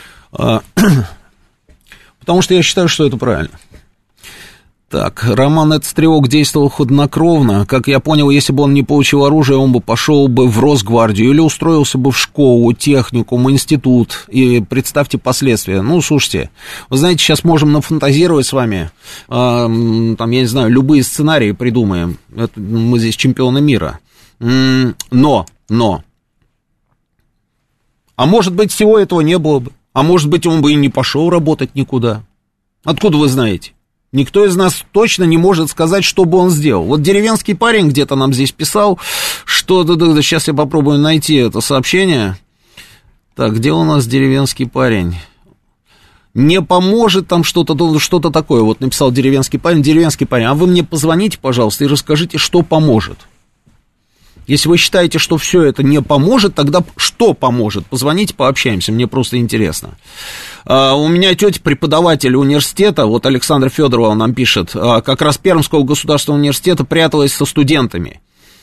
Потому что я считаю, что это правильно. Так, Роман, этот стрелок действовал хладнокровно. Как я понял, если бы он не получил оружие, он бы пошел бы в Росгвардию или устроился бы в школу, техникум, институт. И представьте последствия. Ну, слушайте, вы знаете, сейчас можем нафантазировать с вами, э, там, я не знаю, любые сценарии придумаем. Это, мы здесь чемпионы мира. Но, но. А может быть, всего этого не было бы. А может быть, он бы и не пошел работать никуда. Откуда вы знаете? Никто из нас точно не может сказать, что бы он сделал. Вот деревенский парень где-то нам здесь писал, что... Сейчас я попробую найти это сообщение. Так, где у нас деревенский парень? Не поможет там что-то, что-то такое. Вот написал деревенский парень, деревенский парень. А вы мне позвоните, пожалуйста, и расскажите, что поможет. Если вы считаете, что все это не поможет, тогда что поможет? Позвоните, пообщаемся, мне просто интересно. А, у меня тетя преподаватель университета, вот Александра Федорова нам пишет, а, как раз Пермского государственного университета пряталась со студентами.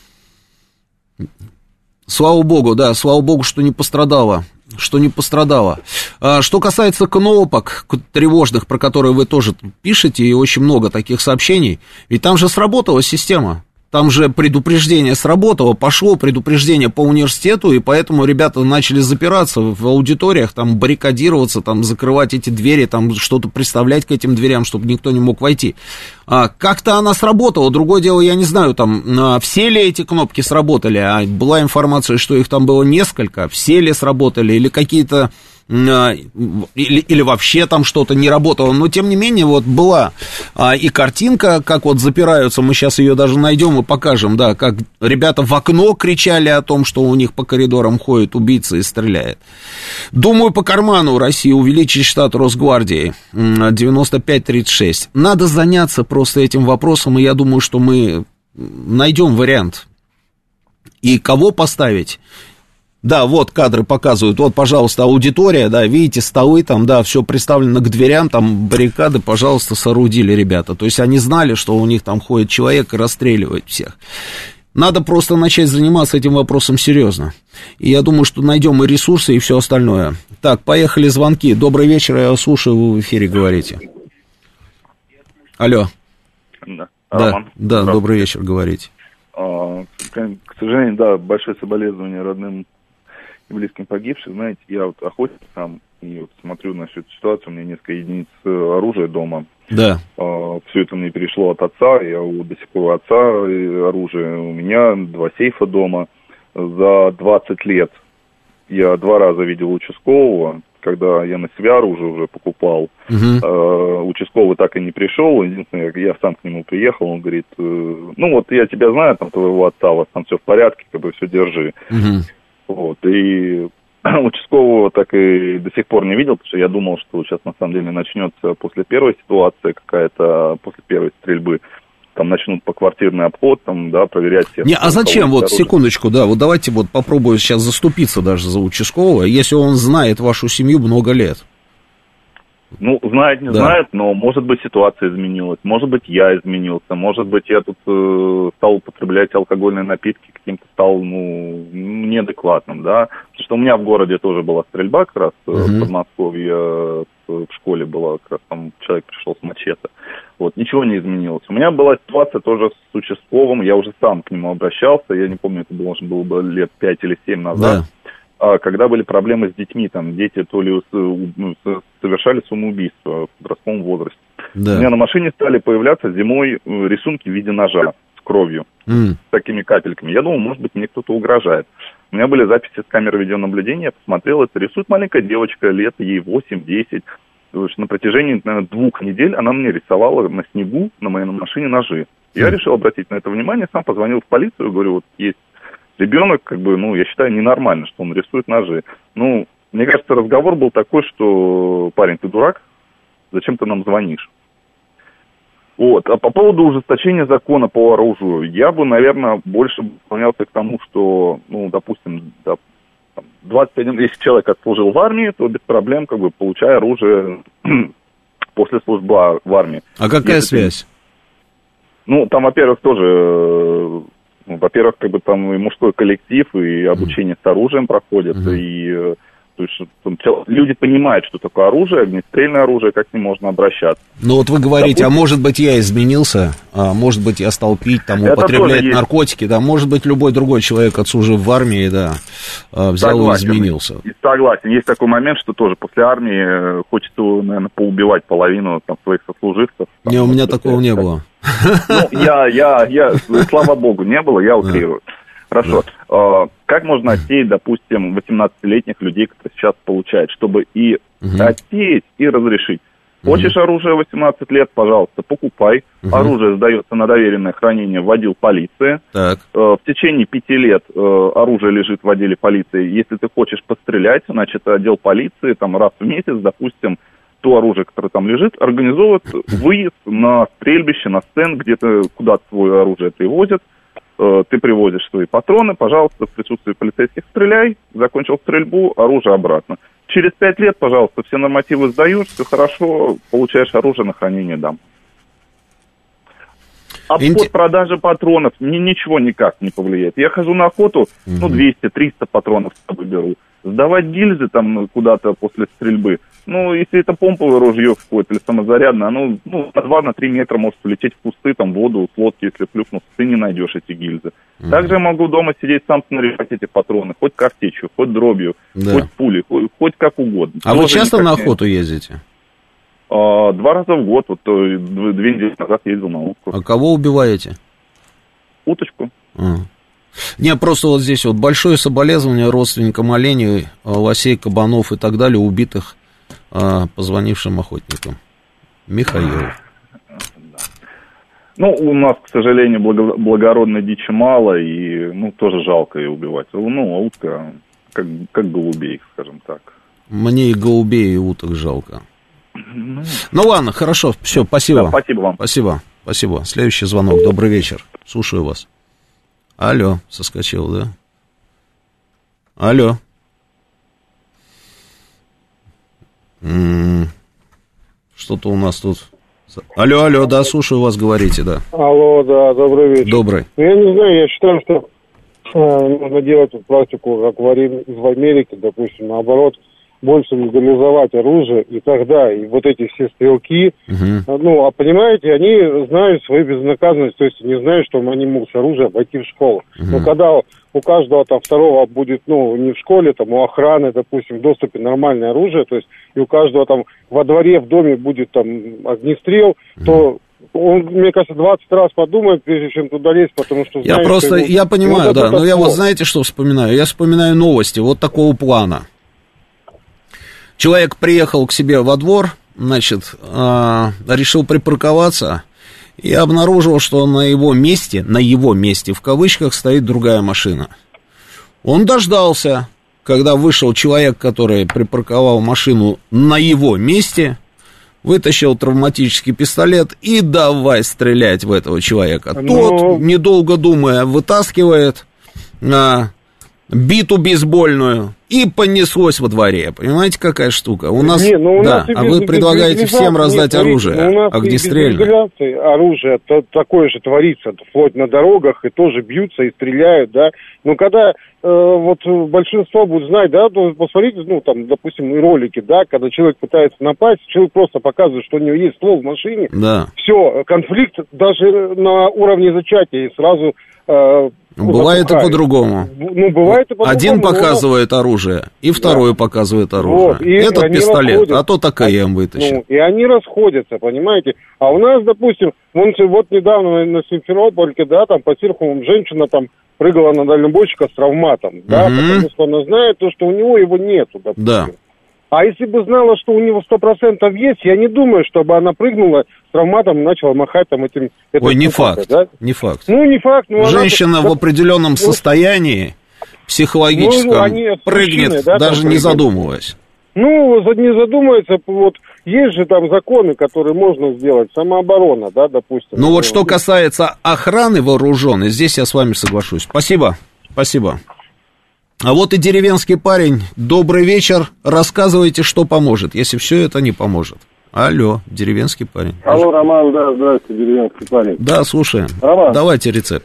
Слава богу, да, слава богу, что не пострадала. Что не пострадала. А, что касается кнопок тревожных, про которые вы тоже пишете, и очень много таких сообщений, ведь там же сработала система. Там же предупреждение сработало, пошло предупреждение по университету, и поэтому ребята начали запираться в аудиториях, там баррикадироваться, там закрывать эти двери, там что-то приставлять к этим дверям, чтобы никто не мог войти. А, как-то она сработала, другое дело, я не знаю, там, а, все ли эти кнопки сработали, а была информация, что их там было несколько, все ли сработали, или какие-то или, или вообще там что-то не работало, но тем не менее вот была и картинка, как вот запираются, мы сейчас ее даже найдем и покажем, да, как ребята в окно кричали о том, что у них по коридорам ходит убийца и стреляет. Думаю, по карману России увеличить штат Росгвардии девяносто пять тридцать шесть. Надо заняться просто этим вопросом, и я думаю, что мы найдем вариант. И кого поставить? Да, вот кадры показывают. Вот, пожалуйста, аудитория, да, видите, столы там, да, все приставлено к дверям, там баррикады, пожалуйста, соорудили ребята. То есть они знали, что у них там ходит человек и расстреливает всех. Надо просто начать заниматься этим вопросом серьезно. И я думаю, что найдем и ресурсы, и все остальное. Так, поехали звонки. Добрый вечер, я вас слушаю, вы в эфире говорите. Алло. Да, да, да, добрый вечер, говорите. А, к сожалению, да, большое соболезнование родным и близким погибших. Знаете, я вот охотник сам, и вот смотрю на всю эту ситуацию, у меня несколько единиц оружия дома. Да. А, все это мне перешло от отца, я у, до сих пор у отца оружие, у меня два сейфа дома. За двадцать лет я два раза видел участкового, когда я на себя оружие уже покупал. Uh-huh. э, участковый так и не пришел. Единственное, я сам к нему приехал, он говорит, э, ну вот я тебя знаю, там твоего отца, у вас там все в порядке, как бы все держи. Uh-huh. Вот, и участкового так и до сих пор не видел, потому что я думал, что сейчас на самом деле начнется после первой ситуации какая-то, после первой стрельбы, там начнут поквартирный обход, там, да, проверять всех. Не, а зачем, вот, секундочку, да, вот давайте вот попробую сейчас заступиться даже за участкового, если он знает вашу семью много лет. Ну, знает, не да. знает, но, может быть, ситуация изменилась, может быть, я изменился, может быть, я тут э, стал употреблять алкогольные напитки, каким-то стал, ну, неадекватным, да, потому что у меня в городе тоже была стрельба как раз, uh-huh. в Подмосковье, в школе была, как раз там человек пришел с мачете. Вот, ничего не изменилось. У меня была ситуация тоже с участковым, я уже сам к нему обращался, я не помню, это должен был бы лет пять или семь назад, да. когда были проблемы с детьми, там, дети то ли ну, совершали самоубийство в подростковом возрасте. Да. У меня на машине стали появляться зимой рисунки в виде ножа с кровью, mm. с такими капельками. Я думал, может быть, мне кто-то угрожает. У меня были записи с камеры видеонаблюдения, я посмотрел, это рисует маленькая девочка, лет ей восемь-десять. На протяжении, наверное, двух недель она мне рисовала на снегу на моей машине ножи. Я mm. решил обратить на это внимание, сам позвонил в полицию, говорю, вот есть ребенок, как бы, ну, я считаю, ненормально, что он рисует ножи. Ну, мне кажется, разговор был такой, что, парень, ты дурак, зачем ты нам звонишь? Вот, а по поводу ужесточения закона по оружию, я бы, наверное, больше склонялся к тому, что, ну, допустим, да, двадцать один, если человек отслужил в армии, то без проблем, как бы, получая оружие после службы в армии. А какая если связь? Ты... Ну, там, во-первых, тоже... Во-первых, как бы там и мужской коллектив, и обучение mm. с оружием проходит, mm-hmm. и то есть, там, люди понимают, что такое оружие, огнестрельное оружие, как к ним можно обращаться. Ну вот вы говорите, Допустим, а может быть я изменился, а может быть я стал пить, там, употреблять наркотики, да, может быть любой другой человек, отслужив в армии, да, взял согласен, и изменился. Согласен, есть такой момент, что тоже после армии хочется, наверное, поубивать половину там, своих сослуживцев. Там, не, у меня такого как... не было. Ну, я, я, я, слава богу, не было, я утрирую. Хорошо. Да. Как можно отсеять, допустим, восемнадцатилетних людей, которые сейчас получают, чтобы и угу. отсеять, и разрешить? Хочешь угу. оружие восемнадцать лет, пожалуйста, покупай. Угу. Оружие сдается на доверенное хранение в отдел полиции. Так. В течение пяти лет оружие лежит в отделе полиции. Если ты хочешь пострелять, значит, отдел полиции там раз в месяц, допустим, то оружие, которое там лежит, организовывает выезд на стрельбище, на сцен, где-то куда-то свое оружие привозят. Ты привозишь свои патроны, пожалуйста, в присутствии полицейских стреляй, закончил стрельбу, оружие обратно. Через пять лет, пожалуйста, все нормативы сдаешь, все хорошо, получаешь оружие на хранение дам. Обход Инте... продажи патронов ни, ничего никак не повлияет. Я хожу на охоту, угу. ну, двести-триста патронов с собой беру. Сдавать гильзы там куда-то после стрельбы, ну, если это помповое ружье какое-то или самозарядное, оно ну, на два-три метра может улететь в кусты, там, в воду, с лодки, если плюхнуться, ты не найдешь эти гильзы. Mm-hmm. Также я могу дома сидеть сам снаряжать эти патроны, хоть картечью, хоть дробью, да. хоть пулей, хоть, хоть как угодно. А Тоже вы часто на охоту не... ездите? А, два раза в год, вот две недели назад ездил на утку. А кого убиваете? Уточку. А. Не, просто вот здесь вот большое соболезнование родственникам оленей, лосей, кабанов и так далее, убитых а, позвонившим охотникам. Михаил. Ну, у нас, к сожалению, благо- благородной дичи мало, и, ну, тоже жалко ее убивать. Ну, а утка, как, как голубей, скажем так. Мне и голубей, и уток жалко. Ну, ну ладно, хорошо, все, спасибо. Да, спасибо вам. Спасибо, спасибо. Следующий звонок, добрый вечер, слушаю вас. Алло, соскочил, да? Алло. М-м-м. Что-то у нас тут... Алло, алло, да, слушаю вас, говорите, да. Алло, да, добрый вечер. Добрый. Ну, я не знаю, я считаю, что э, нужно делать эту практику, как в Америке, допустим, наоборот, больше легализовать оружие, и тогда и вот эти все стрелки, угу. ну, а понимаете, они знают свою безнаказанность, то есть не знают, что они могут с оружием пойти в школу. Угу. Но когда у каждого там второго будет, ну, не в школе, там, у охраны, допустим, в доступе нормальное оружие, то есть и у каждого там во дворе, в доме будет там огнестрел, угу. то он, мне кажется, двадцать раз подумает, прежде чем туда лезть, потому что... Я знает, просто, ему, я понимаю, да, но я плохо. вот знаете, что вспоминаю? Я вспоминаю новости вот такого плана. Человек приехал к себе во двор, значит, э, решил припарковаться и обнаружил, что на его месте, на его месте, в кавычках, стоит другая машина. Он дождался, когда вышел человек, который припарковал машину на его месте, вытащил травматический пистолет и давай стрелять в этого человека. Но... Тот, недолго думая, вытаскивает а, биту бейсбольную и понеслось во дворе. Понимаете, какая штука? У нас, не, ну, у да, нас а без, вы предлагаете без всем раздать нет, оружие, у нас огнестрельное. Оружие то, такое же творится, вплоть на дорогах, и тоже бьются и стреляют, да. Но когда э, вот большинство будет знать, да, то посмотрите, ну, там, допустим, ролики, да, когда человек пытается напасть, человек просто показывает, что у него есть ствол в машине, да. Все, конфликт даже на уровне зачатия сразу... Э, Бывает запухает. И по-другому. Ну, бывает и по-другому. Один показывает но... оружие, и второй да. показывает оружие. Вот, и этот пистолет, расходятся. А тот АКМ вытащит. Ну, и они расходятся, понимаете? А у нас, допустим, вон, вот недавно на Симферополе, да, там по Серховым женщина там прыгала на дальнобойщика с травматом, да, угу. потому что она знает то, что у него его нету, допустим. Да. А если бы знала, что у него сто процентов есть, я не думаю, чтобы она прыгнула с травматом и начала махать там этим... Ой, не факт, да? не факт. Ну, не факт. Но женщина она... в определенном состоянии психологическом ну, они прыгнет, мужчины, да, даже не прыгнет. Задумываясь. Ну, не задумывается, вот есть же там законы, которые можно сделать, самооборона, да, допустим. Ну, вот что касается охраны вооруженной, здесь я с вами соглашусь. Спасибо, спасибо. А вот и деревенский парень. Добрый вечер. Рассказывайте, что поможет, если все это не поможет. Алло, деревенский парень. Алло, Роман, да, здравствуйте, деревенский парень. Да, слушаем. Роман. Давайте рецепт.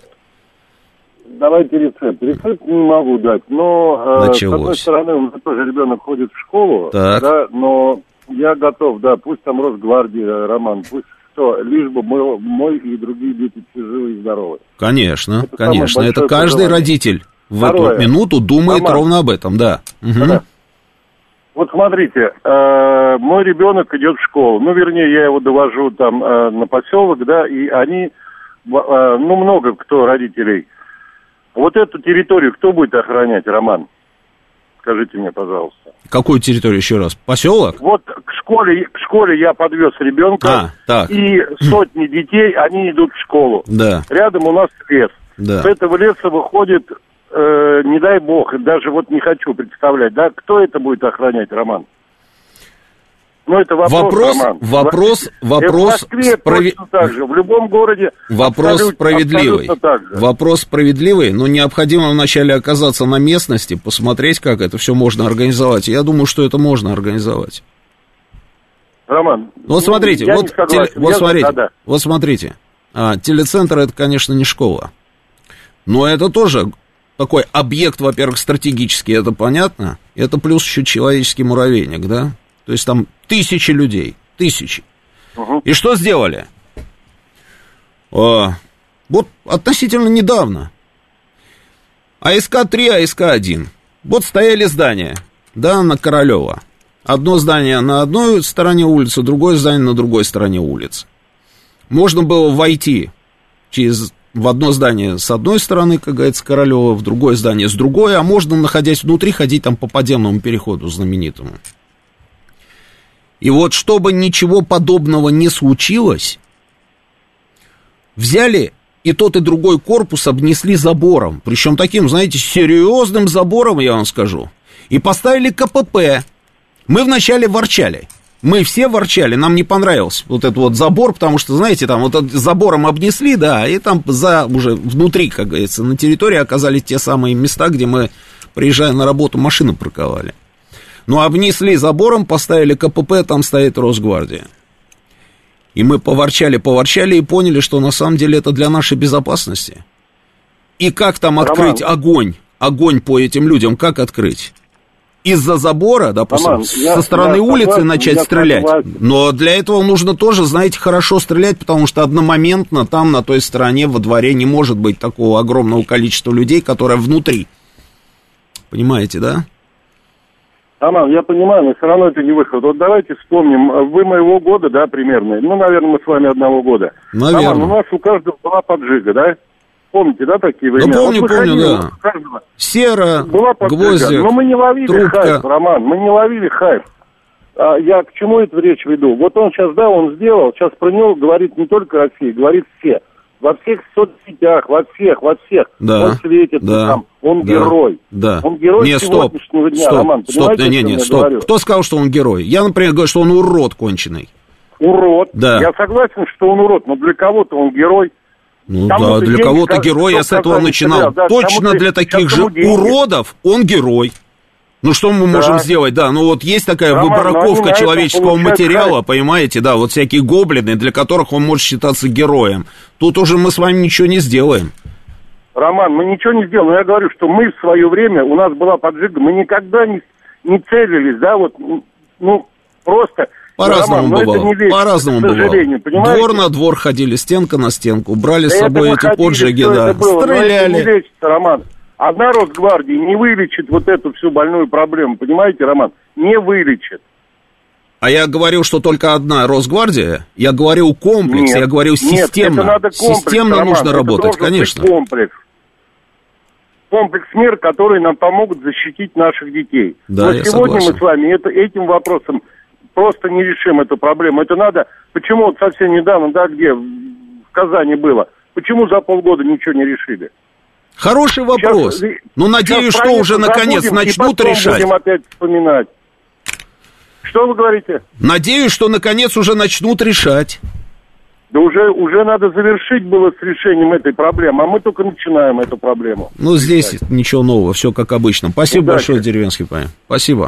Давайте рецепт. Рецепт не могу дать, но, э, с одной стороны, у меня тоже ребенок ходит в школу, так. да, но я готов, да, пусть там Росгвардия, Роман, пусть что, лишь бы мой, мой и другие дети все живы и здоровы. Конечно, это конечно, это каждый пожелание. Родитель в Второе. Эту минуту думает Роман. Ровно об этом, да. Угу. Да. Вот смотрите, э, мой ребенок идет в школу, ну, вернее, я его довожу там э, на поселок, да, и они, э, ну, много кто родителей. Вот эту территорию кто будет охранять, Роман? Скажите мне, пожалуйста. Какую территорию еще раз? Поселок? Вот к школе, к школе я подвез ребенка, а, так. и сотни детей, они идут в школу. Да. Рядом у нас лес. Да. С этого леса выходит, э, не дай бог, даже вот не хочу представлять, да, кто это будет охранять, Роман? Ну, это вопрос, вопрос, Роман. Вопрос, вопрос, в Москве справи... точно так же, в любом городе вопрос справедливый. Вопрос справедливый, но необходимо вначале оказаться на местности, посмотреть, как это все можно организовать. Я думаю, что это можно организовать. Роман, вот смотрите, ну, вот, теле... вот смотрите, да, да. вот смотрите, а, телецентр это, конечно, не школа, но это тоже такой объект, во-первых, стратегический, это понятно, это плюс еще человеческий муравейник, да? То есть там тысячи людей, тысячи. Угу. И что сделали? А, вот относительно недавно. АСК три, АСК один. Вот стояли здания, да, на Королева. Одно здание на одной стороне улицы, другое здание на другой стороне улицы. Можно было войти через в одно здание с одной стороны, как говорится, Королева, в другое здание с другой, а можно, находясь внутри, ходить там по подземному переходу знаменитому. И вот, чтобы ничего подобного не случилось, взяли и тот, и другой корпус обнесли забором. Причем таким, знаете, серьезным забором, я вам скажу. И поставили КПП. Мы вначале ворчали. Мы все ворчали, нам не понравился вот этот вот забор, потому что, знаете, там вот забором обнесли, да, и там за, уже внутри, как говорится, на территории оказались те самые места, где мы, приезжая на работу, машины парковали. Ну, обнесли забором, поставили КПП, там стоит Росгвардия. И мы поворчали, поворчали и поняли, что на самом деле это для нашей безопасности. И как там открыть Роман. огонь, огонь по этим людям, как открыть? Из-за забора, допустим, Роман, со я, стороны я улицы согласен, начать стрелять. Согласен. Но для этого нужно тоже, знаете, хорошо стрелять, потому что одномоментно там, на той стороне, во дворе не может быть такого огромного количества людей, которое внутри. Понимаете, да? Роман, я понимаю, но все равно это не выход. Вот давайте вспомним, вы моего года, да, примерно, ну, наверное, мы с вами одного года. Наверное. Роман, у нас у каждого была поджига, да? Помните, да, такие времена? Да помню, вот помню, ходили, да. Сера, была гвоздик, но мы не ловили трубка. хайп, Роман, мы не ловили хайп. А я к чему эту речь веду? Вот он сейчас, да, он сделал, сейчас про него говорит не только Россия, говорит все. Во всех соцсетях, во всех, во всех. Да, он светит, да, там, он да, герой. Да. Он герой не, сегодняшнего стоп, дня, стоп, Роман. Стоп, не, не, не, стоп. Говорю? Кто сказал, что он герой? Я, например, говорю, что он урод конченый. Урод. Да. Я согласен, что он урод, но для кого-то он герой. Ну да, для кого-то герой, я с этого начинал. Да, точно для таких же уродов он герой. Ну, что мы да. можем сделать, да, ну, вот есть такая Роман, выбраковка человеческого материала, хайп. Понимаете, да, вот всякие гоблины, для которых он может считаться героем. Тут уже мы с вами ничего не сделаем. Роман, мы ничего не сделаем, но я говорю, что мы в свое время, у нас была поджига, мы никогда не, не целились, да, вот, ну, просто... По-разному Роман, бывало, вечно, по-разному бывало. Двор на двор ходили, стенка на стенку, брали да с собой эти ходили, поджиги, да, стреляли. Не лечится, Роман. Одна Росгвардия не вылечит вот эту всю больную проблему, понимаете, Роман? Не вылечит. А я говорил, что только одна Росгвардия, я говорил комплекс, нет, я говорил системно. Нет, это надо комплекс, системно Роман, нужно это работать, конечно. Комплекс. Комплекс мер, которые нам помогут защитить наших детей. Да, Но я сегодня согласен. мы с вами это, этим вопросом просто не решим эту проблему. Это надо... Почему вот совсем недавно, да, где в Казани было, почему за полгода ничего не решили? Хороший вопрос. Сейчас, ну, надеюсь, что уже наконец начнут решать. Будем опять вспоминать. Что вы говорите? Надеюсь, что наконец уже начнут решать. Да уже, уже надо завершить было с решением этой проблемы, а мы только начинаем эту проблему. Ну, здесь решать. Ничего нового, все как обычно. Спасибо Удачи. большое, деревенский парень. Спасибо.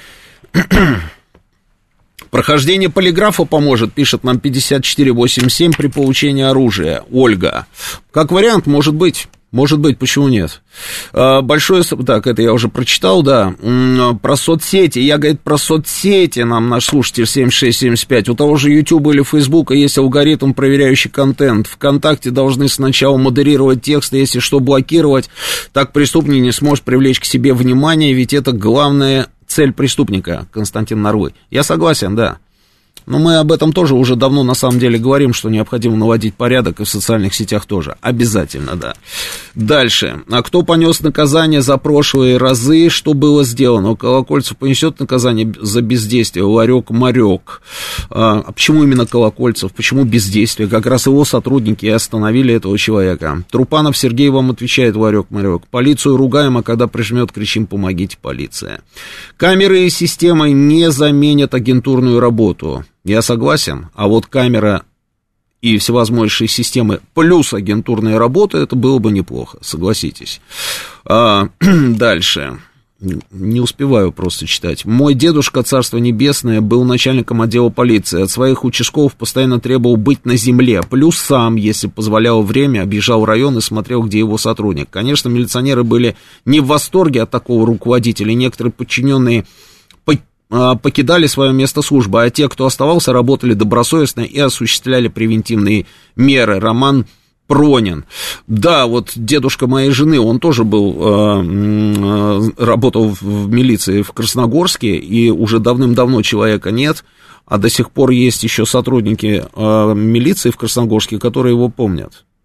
Прохождение полиграфа поможет, пишет нам пятьдесят четыре восемьдесят семь при получении оружия. Ольга. Как вариант, может быть. Может быть, почему нет? Большое... Так, это я уже прочитал, да. Про соцсети. Я, говорит, про соцсети нам наш слушатель семь шесть семь пять. У того же YouTube или Facebook есть алгоритм, проверяющий контент. ВКонтакте должны сначала модерировать текст, если что, блокировать. Так преступник не сможет привлечь к себе внимание, ведь это главная цель преступника. Константин Нарвы. Я согласен, да. Но мы об этом тоже уже давно на самом деле говорим, что необходимо наводить порядок и в социальных сетях тоже. Обязательно, да. Дальше. А кто понес наказание за прошлые разы? Что было сделано? У Колокольцев понесет наказание за бездействие. Ларек-марек. А, а почему именно Колокольцев? Почему бездействие? Как раз его сотрудники остановили этого человека. Трупанов Сергей вам отвечает, Ларек-марек. Полицию ругаем, а когда прижмет, кричим: помогите, полиция. Камеры и системы не заменят агентурную работу. Я согласен, а вот камера и всевозможные системы плюс агентурная работа, это было бы неплохо, согласитесь. А, дальше. Не успеваю просто читать. Мой дедушка, царство небесное, был начальником отдела полиции. От своих участковых постоянно требовал быть на земле. Плюс сам, если позволяло время, объезжал район и смотрел, где его сотрудник. Конечно, милиционеры были не в восторге от такого руководителя. Некоторые подчиненные покидали свое место службы, а те, кто оставался, работали добросовестно и осуществляли превентивные меры. Роман Пронин. Да, вот дедушка моей жены, он тоже был, э, работал в милиции в Красногорске, и уже давным-давно человека нет, а до сих пор есть еще сотрудники э, милиции в Красногорске, которые его помнят.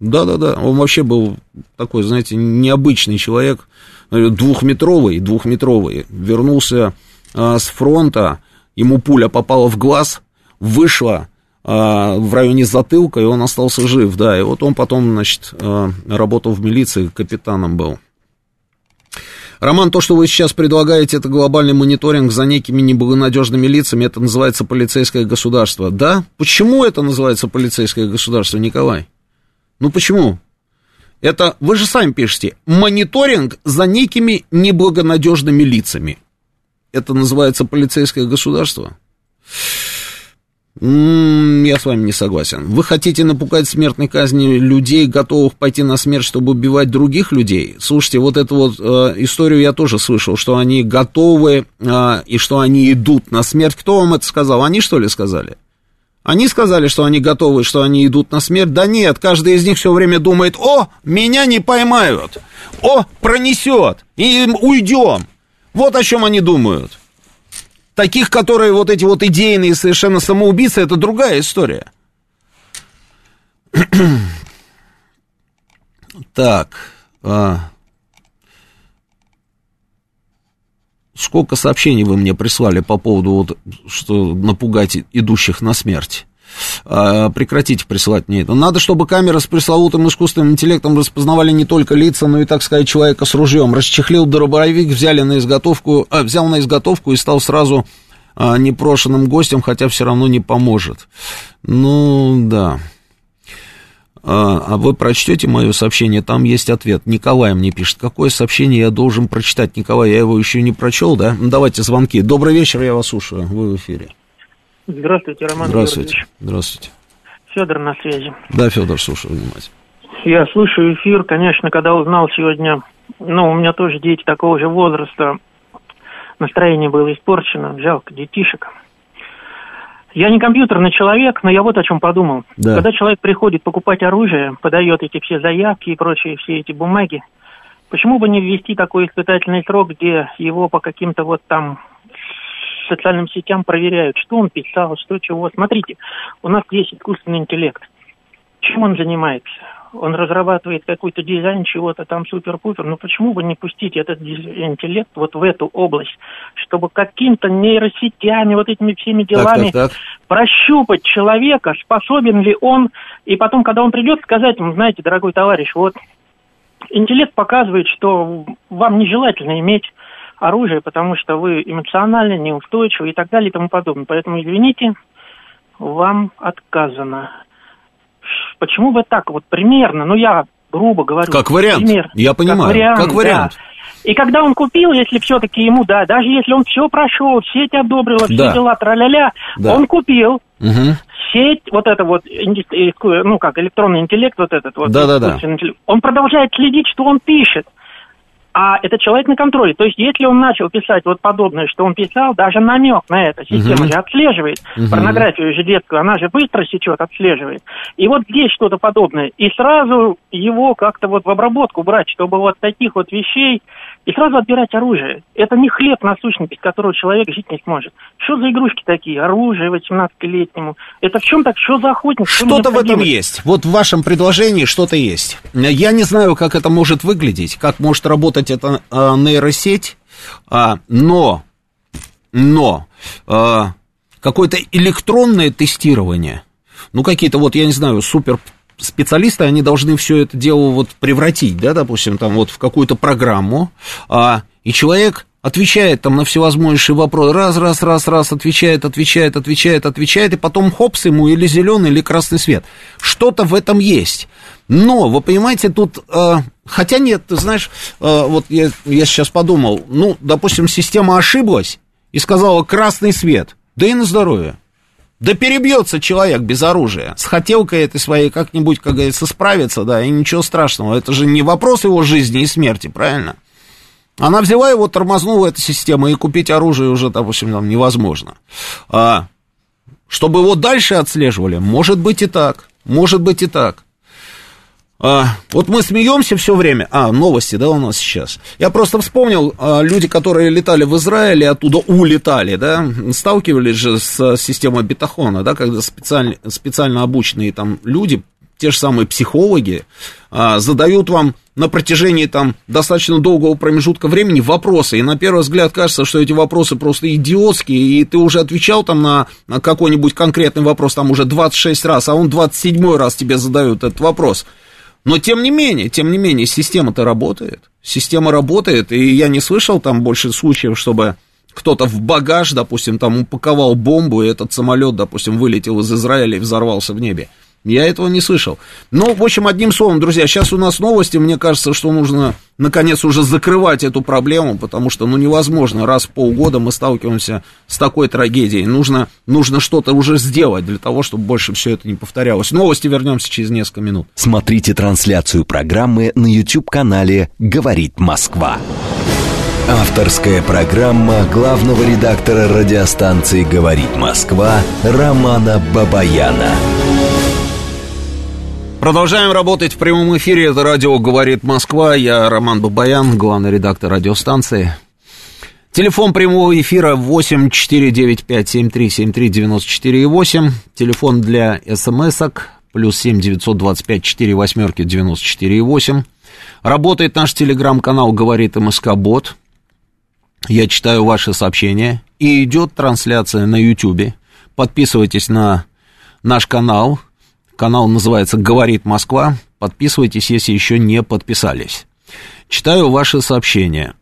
Да-да-да, он вообще был такой, знаете, необычный человек, двухметровый, двухметровый, вернулся а, с фронта, ему пуля попала в глаз, вышла а, в районе затылка, и он остался жив, да, и вот он потом, значит, а, работал в милиции, капитаном был. Роман, то, что вы сейчас предлагаете, это глобальный мониторинг за некими неблагонадежными лицами, это называется полицейское государство. Да? Почему это называется полицейское государство, Николай? Ну почему? Это, вы же сами пишете, мониторинг за некими неблагонадежными лицами. Это называется полицейское государство? М-м, я с вами не согласен. Вы хотите напугать смертной казни людей, готовых пойти на смерть, чтобы убивать других людей? Слушайте, вот эту вот э, историю я тоже слышал, что они готовы э, и что они идут на смерть. Кто вам это сказал? Они, что ли, сказали? Они сказали, что они готовы, что они идут на смерть? Да нет, каждый из них все время думает: о, меня не поймают, о, пронесет, и уйдем. Вот о чем они думают. Таких, которые вот эти вот идейные совершенно самоубийцы, это другая история. Так. А... Сколько сообщений вы мне прислали по поводу, вот, что напугать идущих на смерть? А, прекратите присылать мне это. Надо, чтобы камеры с пресловутым искусственным интеллектом распознавали не только лица, но и, так сказать, человека с ружьем. Расчехлил дробовик, взяли на изготовку, а, взял на изготовку и стал сразу а, непрошенным гостем, хотя все равно не поможет. Ну, да. А, а вы прочтете мое сообщение, там есть ответ. Николай мне пишет, какое сообщение я должен прочитать? Николай, я его еще не прочел, да? Ну, давайте звонки. Добрый вечер, я вас слушаю, вы в эфире. Здравствуйте, Роман Здравствуйте. Георгиевич. Здравствуйте. Федор на связи. Да, Федор, слушаю внимательно. Я слушаю эфир, конечно, когда узнал сегодня, ну, у меня тоже дети такого же возраста, настроение было испорчено, жалко детишек. Я не компьютерный человек, но я вот о чем подумал. Да. Когда человек приходит покупать оружие, подает эти все заявки и прочие все эти бумаги, почему бы не ввести такой испытательный срок, где его по каким-то вот там социальным сетям проверяют, что он писал, что чего. Смотрите, у нас есть искусственный интеллект. Чем он занимается? Он разрабатывает какой-то дизайн чего-то там супер-пупер. Но почему бы не пустить этот интеллект вот в эту область, чтобы какими-то нейросетями, вот этими всеми делами так, так, так. прощупать человека, способен ли он, и потом, когда он придет, сказать ему: знаете, дорогой товарищ, вот интеллект показывает, что вам нежелательно иметь оружие, потому что вы эмоционально неустойчивы и так далее и тому подобное. Поэтому, извините, вам отказано. Почему бы так вот примерно, ну я грубо говорю. Как вариант, пример, я понимаю, как вариант. Как вариант. Да. И когда он купил, если все-таки ему, да, даже если он все прошел, сеть одобрила, все да. дела, тра-ля-ля, да. он купил, угу. сеть, вот это вот, ну как, электронный интеллект, вот этот вот, да, да, да. он продолжает следить, что он пишет. А этот человек на контроле. То есть, если он начал писать вот подобное, что он писал, даже намек на это, система uh-huh. же отслеживает. Uh-huh. Порнографию же детскую, она же быстро сечет, отслеживает. И вот здесь что-то подобное. И сразу его как-то вот в обработку брать, чтобы вот таких вот вещей, и сразу отбирать оружие. Это не хлеб насущный, без которого человек жить не сможет. Что за игрушки такие? Оружие восемнадцатилетнему. Это в чем так? Что за охотник? Что-то в этом есть. Вот в вашем предложении что-то есть. Я не знаю, как это может выглядеть, как может работать эта а, нейросеть, а, но, но а, какое-то электронное тестирование, ну, какие-то вот, я не знаю, супер... специалисты, они должны все это дело вот превратить, да, допустим, там вот в какую-то программу, а, и человек отвечает там на всевозможные вопросы, раз, раз, раз, раз, отвечает, отвечает, отвечает, отвечает, и потом хопс ему или зеленый, или красный свет. Что-то в этом есть. Но, вы понимаете, тут, э, хотя нет, ты знаешь, э, вот я, я сейчас подумал, ну, допустим, система ошиблась и сказала красный свет, да и на здоровье. Да перебьется человек без оружия, с хотелкой этой своей как-нибудь, как говорится, справиться, да, и ничего страшного. Это же не вопрос его жизни и смерти, правильно? Она взяла его, тормознула эту систему, и купить оружие уже, допустим, там невозможно. А, чтобы его дальше отслеживали, может быть и так, может быть и так. А, вот мы смеемся все время. А, новости, да, у нас сейчас. Я просто вспомнил, а, люди, которые летали в Израиле, оттуда улетали, да, сталкивались же с системой бетахона, да, когда специально, специально обученные там люди, те же самые психологи, а, задают вам на протяжении там достаточно долгого промежутка времени вопросы, и на первый взгляд кажется, что эти вопросы просто идиотские, и ты уже отвечал там на, на какой-нибудь конкретный вопрос там уже двадцать шесть раз, а он двадцать седьмой раз тебе задает этот вопрос. Но тем не менее, тем не менее, система-то работает, система работает, и я не слышал там больше случаев, чтобы кто-то в багаж, допустим, там упаковал бомбу, и этот самолет, допустим, вылетел из Израиля и взорвался в небе. Я этого не слышал. Ну, в общем, одним словом, друзья, сейчас у нас новости. Мне кажется, что нужно, наконец, уже закрывать эту проблему, потому что, ну, невозможно. Раз в полгода мы сталкиваемся с такой трагедией. Нужно, нужно что-то уже сделать для того, чтобы больше все это не повторялось. Новости вернемся через несколько минут. Смотрите трансляцию программы на YouTube-канале «Говорит Москва». Авторская программа главного редактора радиостанции «Говорит Москва» Романа Бабаяна. Продолжаем работать в прямом эфире. Это радио «Говорит Москва». Я Роман Бабаян, главный редактор радиостанции. Телефон прямого эфира восемь четыре девять пять семь три семь три девять четыре восемь. Телефон для смс-ок плюс семь девятьсот двадцать пять четыре восьмерки девяносто четыре восемь. Работает наш телеграм-канал «Говорит МСК-бот». Я читаю ваши сообщения. И идет трансляция на Ютьюбе. Подписывайтесь на наш канал. Канал называется «Говорит Москва». Подписывайтесь, если еще не подписались. Читаю ваши сообщения.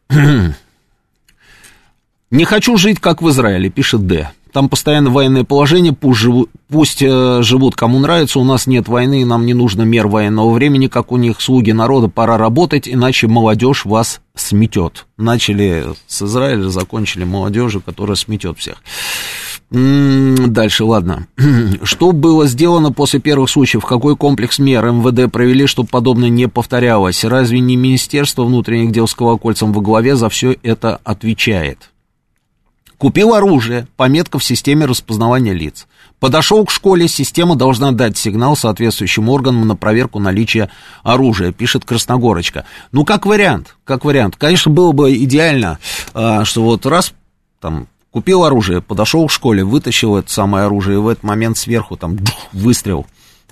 «Не хочу жить, как в Израиле», пишет Д. «Там постоянно военное положение, пусть, живут, пусть э, живут кому нравится, у нас нет войны, и нам не нужно мер военного времени, как у них слуги народа, пора работать, иначе молодежь вас сметет». Начали с Израиля, закончили молодежью, которая сметет всех. Дальше, ладно. Что было сделано после первых случаев? Какой комплекс мер эм вэ дэ провели, чтобы подобное не повторялось? Разве не Министерство внутренних дел с колокольцем во главе за все это отвечает? Купил оружие, пометка в системе распознавания лиц. Подошел к школе, система должна дать сигнал соответствующим органам на проверку наличия оружия, пишет Красногорочка. Ну, как вариант, как вариант. Конечно, было бы идеально, что вот раз там... Купил оружие, подошел к школе, вытащил это самое оружие, и в этот момент сверху там выстрел.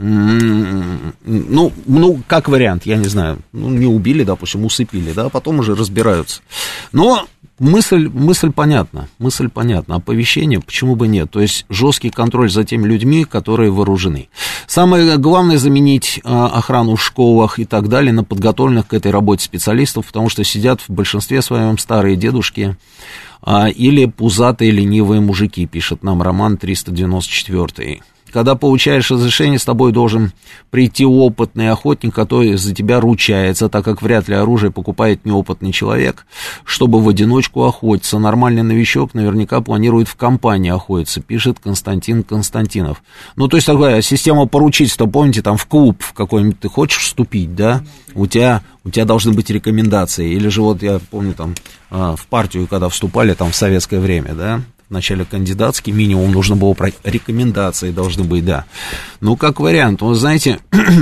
Ну, ну, как вариант, я не знаю. Ну, не убили, допустим, усыпили, да, потом уже разбираются. Но мысль, мысль понятна, мысль понятна. Оповещение, почему бы нет? То есть жесткий контроль за теми людьми, которые вооружены. Самое главное — заменить а, охрану в школах и так далее на подготовленных к этой работе специалистов, потому что сидят в большинстве своем старые дедушки, а, или пузатые ленивые мужики, пишет нам Роман триста девяносто четыре. Когда получаешь разрешение, с тобой должен прийти опытный охотник, который за тебя ручается, так как вряд ли оружие покупает неопытный человек, чтобы в одиночку охотиться. Нормальный новичок наверняка планирует в компании охотиться, пишет Константин Константинов. Ну, то есть такая система поручительства, помните, там в клуб в какой-нибудь ты хочешь вступить, да, у тебя, у тебя должны быть рекомендации, или же вот я помню там в партию, когда вступали там в советское время, да, вначале кандидатский, минимум нужно было брать, рекомендации должны быть, да. Ну, как вариант, вы знаете,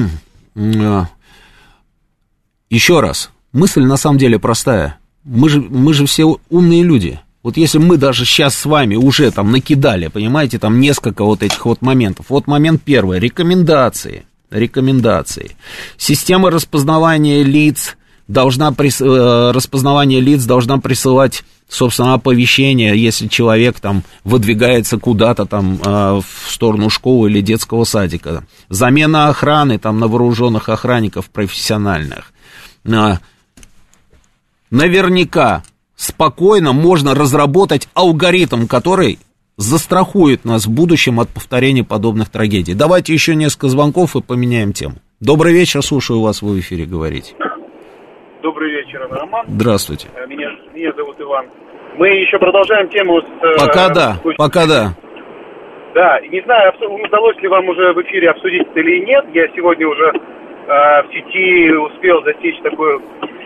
еще раз, мысль на самом деле простая. Мы же, мы же все умные люди. Вот если мы даже сейчас с вами уже там накидали, понимаете, там несколько вот этих вот моментов. Вот момент первый, рекомендации, рекомендации. Система распознавания лиц должна, распознавание лиц должна присылать, собственно, оповещение, если человек там выдвигается куда-то там в сторону школы или детского садика. Замена охраны там на вооруженных охранников профессиональных. Наверняка спокойно можно разработать алгоритм, который застрахует нас в будущем от повторения подобных трагедий. Давайте еще несколько звонков и поменяем тему. Добрый вечер, слушаю вас, вы в эфире говорите. Добрый вечер, Роман. Здравствуйте. Меня, меня зовут Иван. Мы еще продолжаем тему с... Пока э, да, с... пока да. Да, не знаю, удалось ли вам уже в эфире обсудить это или нет. Я сегодня уже э, в сети успел засечь такой,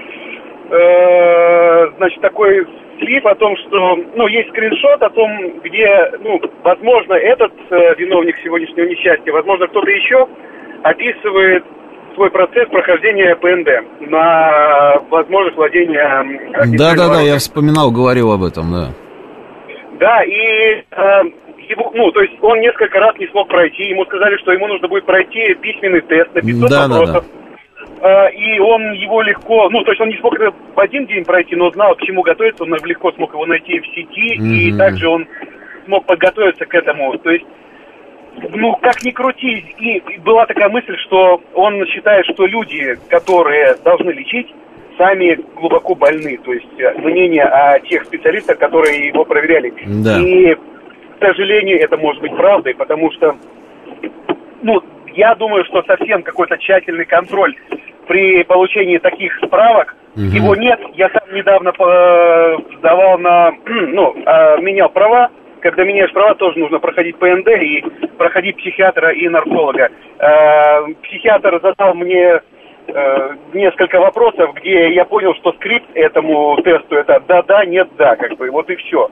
э, значит, такой клип о том, что, ну, есть скриншот о том, где, ну, возможно, этот э, виновник сегодняшнего несчастья, возможно, кто-то еще описывает свой процесс прохождения пэ эн дэ на возможность владения... Да-да-да, я вспоминал, говорил об этом, да. Да, и э, его, ну, то есть он несколько раз не смог пройти, ему сказали, что ему нужно будет пройти письменный тест на пятьсот да, вопросов. Да, да. И он его легко, ну, то есть он не смог это в один день пройти, но знал, к чему готовиться, он легко смог его найти в сети, mm-hmm. и также он смог подготовиться к этому. То есть, ну, как ни крути, и была такая мысль, что он считает, что люди, которые должны лечить, сами глубоко больны. То есть мнение о тех специалистах, которые его проверяли. Да. И, к сожалению, это может быть правдой, потому что, ну, я думаю, что совсем какой-то тщательный контроль при получении таких справок, угу. его нет. Я сам недавно сдавал на, ну, менял права. Когда меняешь права, тоже нужно проходить ПНД и проходить психиатра и нарколога. Психиатр задал мне несколько вопросов, где я понял, что скрипт этому тесту это да-да, нет-да, как бы, вот и все.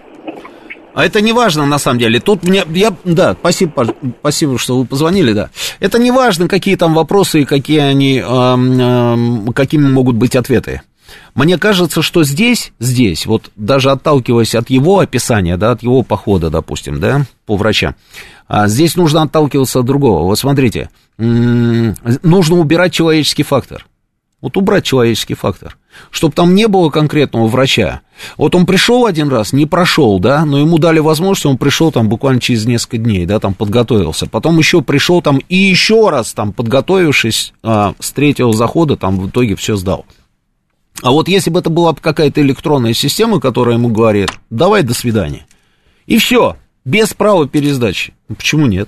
А это не важно, на самом деле. Тут мне, я, да, спасибо, спасибо, что вы позвонили, да. Это не важно, какие там вопросы и какие они, э, э, какими могут быть ответы. Мне кажется, что здесь, здесь, вот даже отталкиваясь от его описания, да, от его похода, допустим, да, по врачам, а здесь нужно отталкиваться от другого. Вот смотрите, м-м, нужно убирать человеческий фактор. Вот убрать человеческий фактор, чтобы там не было конкретного врача. Вот он пришел один раз, не прошел, да, но ему дали возможность, он пришел там буквально через несколько дней, да, там подготовился. Потом еще пришел там и еще раз там подготовившись, а, с третьего захода там в итоге все сдал. А вот если бы это была какая-то электронная система, которая ему говорит, давай, до свидания, и все, без права пересдачи, почему нет?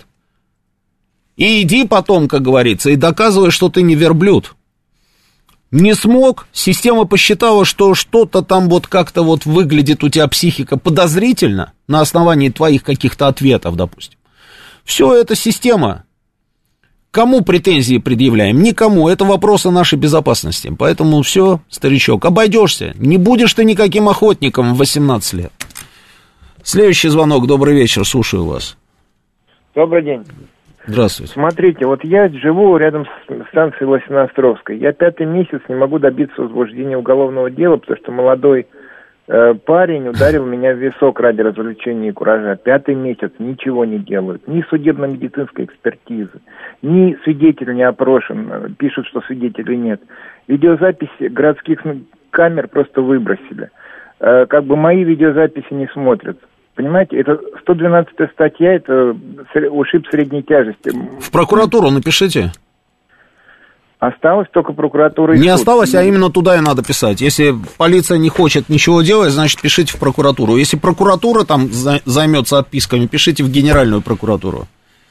И иди потом, как говорится, и доказывай, что ты не верблюд. Не смог, система посчитала, что что-то там вот как-то вот выглядит у тебя психика подозрительно на основании твоих каких-то ответов, допустим. Все это система. Кому претензии предъявляем? Никому. Это вопросы нашей безопасности. Поэтому все, старичок, обойдешься. Не будешь ты никаким охотником в восемнадцать лет. Следующий звонок. Добрый вечер, слушаю вас. Добрый день. Здравствуйте. Смотрите, вот я живу рядом с станцией Лосиноостровской. Я пятый месяц не могу добиться возбуждения уголовного дела, потому что молодой э, парень ударил меня в висок ради развлечения и куража. Пятый месяц ничего не делают. Ни судебно-медицинской экспертизы, ни свидетель не опрошен. Пишут, что свидетелей нет. Видеозаписи городских камер просто выбросили. Э, как бы мои видеозаписи не смотрятся. Понимаете, это сто двенадцатая статья, это ушиб средней тяжести. В прокуратуру напишите. Осталось только прокуратура и Не суд. осталось, а именно туда и надо писать. Если полиция не хочет ничего делать, значит, пишите в прокуратуру. Если прокуратура там займется отписками, пишите в Генеральную прокуратуру.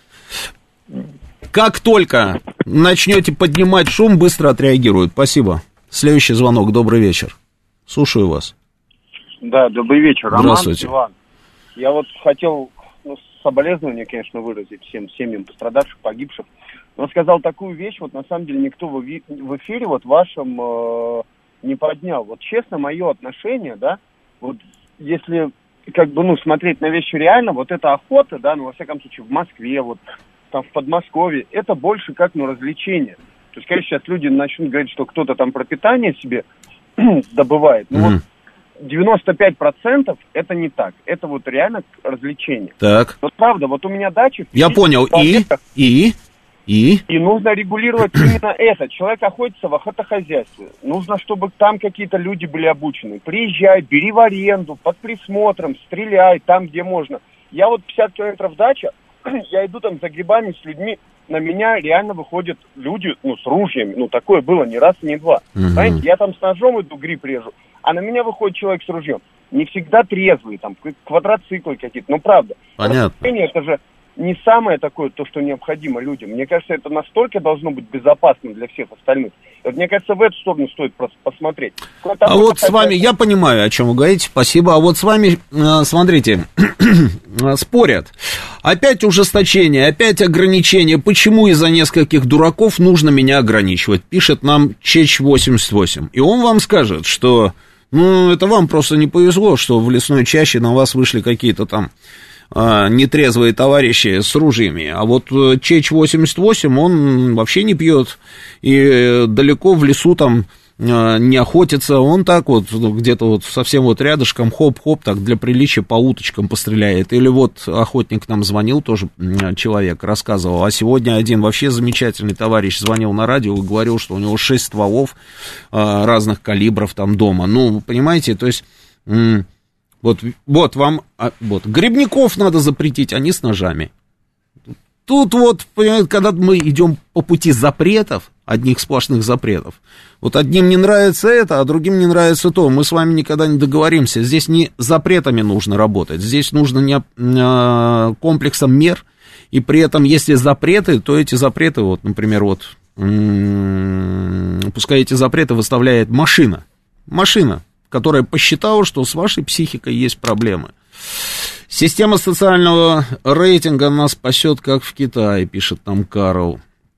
Как только начнете поднимать шум, быстро отреагируют. Спасибо. Следующий звонок. Добрый вечер. Слушаю вас. Да, добрый вечер. Здравствуйте. Роман, Иван. Я вот хотел, ну, соболезнования, конечно, выразить всем семьям пострадавших, погибших. Но сказал такую вещь, вот на самом деле никто в эфире вот вашем э, не поднял. Вот честно, мое отношение, да, вот если как бы, ну, смотреть на вещи реально, вот эта охота, да, ну, во всяком случае, в Москве, вот там в Подмосковье, это больше как, ну, развлечение. То есть, конечно, сейчас люди начнут говорить, что кто-то там пропитание себе добывает. Ну, mm-hmm. вот девяносто пять процентов это не так. Это вот реально развлечение. Так. Вот правда, вот у меня дача... Я понял. И? И? И? И нужно регулировать именно это. Человек охотится в охотохозяйстве. Нужно, чтобы там какие-то люди были обучены. Приезжай, бери в аренду, под присмотром, стреляй там, где можно. Я вот пятьдесят километров дача, я иду там за грибами с людьми, на меня реально выходят люди, ну, с ружьями. Ну, такое было не раз, не два. Угу. Знаете, я там с ножом иду, гриб режу, а на меня выходит человек с ружьем. Не всегда трезвый, там, квадроциклы какие-то, ну, правда. Понятно. Это же не самое такое, то, что необходимо людям. Мне кажется, это настолько должно быть безопасным для всех остальных. Вот, мне кажется, в эту сторону стоит просто посмотреть. Куда-то а вот с вами, я понимаю, о чем вы говорите, спасибо. А вот с вами, смотрите, спорят. Опять ужесточение, опять ограничения. Почему из-за нескольких дураков нужно меня ограничивать? Пишет нам Чеч восемьдесят восемь. И он вам скажет, что, ну, это вам просто не повезло, что в лесной чаще на вас вышли какие-то там нетрезвые товарищи с ружьями. А вот Чеч восемьдесят восемь, он вообще не пьет. И далеко в лесу там не охотится, он так вот где-то вот совсем вот рядышком, хоп-хоп, так для приличия по уточкам постреляет. Или вот охотник нам звонил, тоже человек рассказывал, а сегодня один вообще замечательный товарищ звонил на радио и говорил, что у него шесть стволов разных калибров там дома. Ну, понимаете, то есть... Вот, вот вам, вот, грибников надо запретить, они с ножами. Тут вот, понимаете, когда мы идем по пути запретов, одних сплошных запретов, вот одним не нравится это, а другим не нравится то, мы с вами никогда не договоримся. Здесь не запретами нужно работать, здесь нужно не а, комплексом мер, и при этом, если запреты, то эти запреты, вот, например, вот, м-м, пускай эти запреты выставляет машина, машина, которая посчитала, что с вашей психикой есть проблемы. Система социального рейтинга нас спасет, как в Китае, пишет там Карл.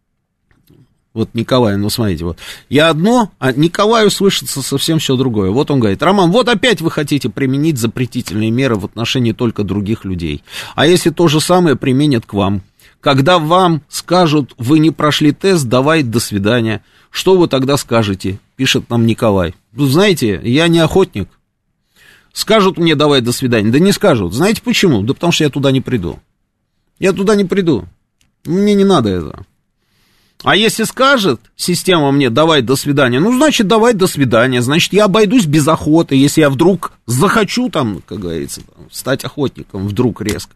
Вот Николай, ну смотрите, вот. Я одно, а Николаю слышится совсем все другое. Вот он говорит: Роман, вот опять вы хотите применить запретительные меры в отношении только других людей. А если то же самое применят к вам? Когда вам скажут, вы не прошли тест, давай, до свидания. Что вы тогда скажете? Пишет нам Николай. Ну, знаете, я не охотник. Скажут мне, давай, до свидания. Да не скажут. Знаете почему? Да потому что я туда не приду. Я туда не приду. Мне не надо этого. А если скажет система мне, давай, до свидания, ну, значит, давай, до свидания. Значит, я обойдусь без охоты, если я вдруг захочу, там, как говорится, там, стать охотником вдруг резко.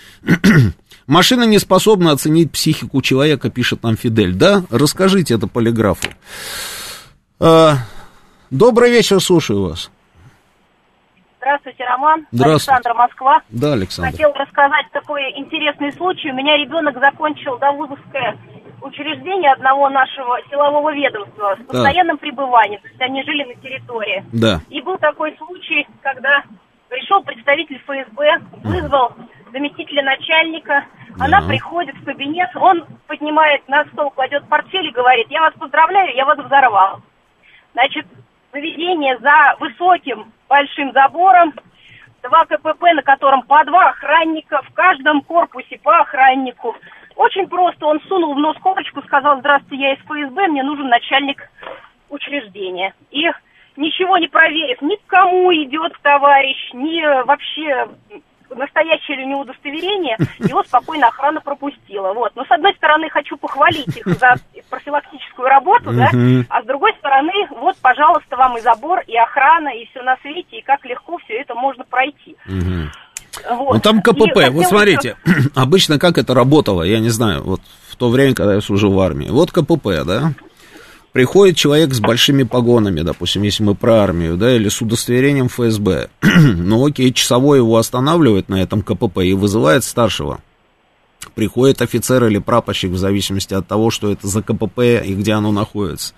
Машина не способна оценить психику человека, пишет нам Фидель. Да? Расскажите это полиграфу. А, добрый вечер, слушаю вас. Здравствуйте, Роман. Здравствуйте. Александра, Москва. Да, Александр. Хотела рассказать такой интересный случай. У меня ребенок закончил довузовское учреждение одного нашего силового ведомства с постоянным да. пребыванием. То есть они жили на территории. Да. И был такой случай, когда пришел представитель эф эс бэ, вызвал заместителя начальника. Да. Она приходит в кабинет, он поднимает на стол, кладет портфель и говорит: я вас поздравляю, я вас взорвал. Значит, заведение за высоким большим забором, два ка пэ пэ, на котором по два охранника, в каждом корпусе по охраннику. Очень просто, он сунул в нос корочку, сказал: здравствуйте, я из эф эс бэ, мне нужен начальник учреждения. И ничего не проверив, ни к кому идет товарищ, ни вообще настоящее ли у него удостоверение, его спокойно охрана пропустила. Вот. Но с одной стороны хочу похвалить их за профилактическую работу, да, а с другой стороны, вот, пожалуйста, вам и забор, и охрана, и все на свете, и как легко все это можно пройти. Вот. Ну там ка пэ пэ, и вот смотрите, еще... обычно как это работало, я не знаю, вот в то время, когда я служил в армии, вот ка пэ пэ, да, приходит человек с большими погонами, допустим, если мы про армию, да, или с удостоверением эф эс бэ. Ну, окей, часовой его останавливает на этом ка пэ пэ и вызывает старшего. Приходит офицер или прапорщик, в зависимости от того, что это за ка пэ пэ и где оно находится.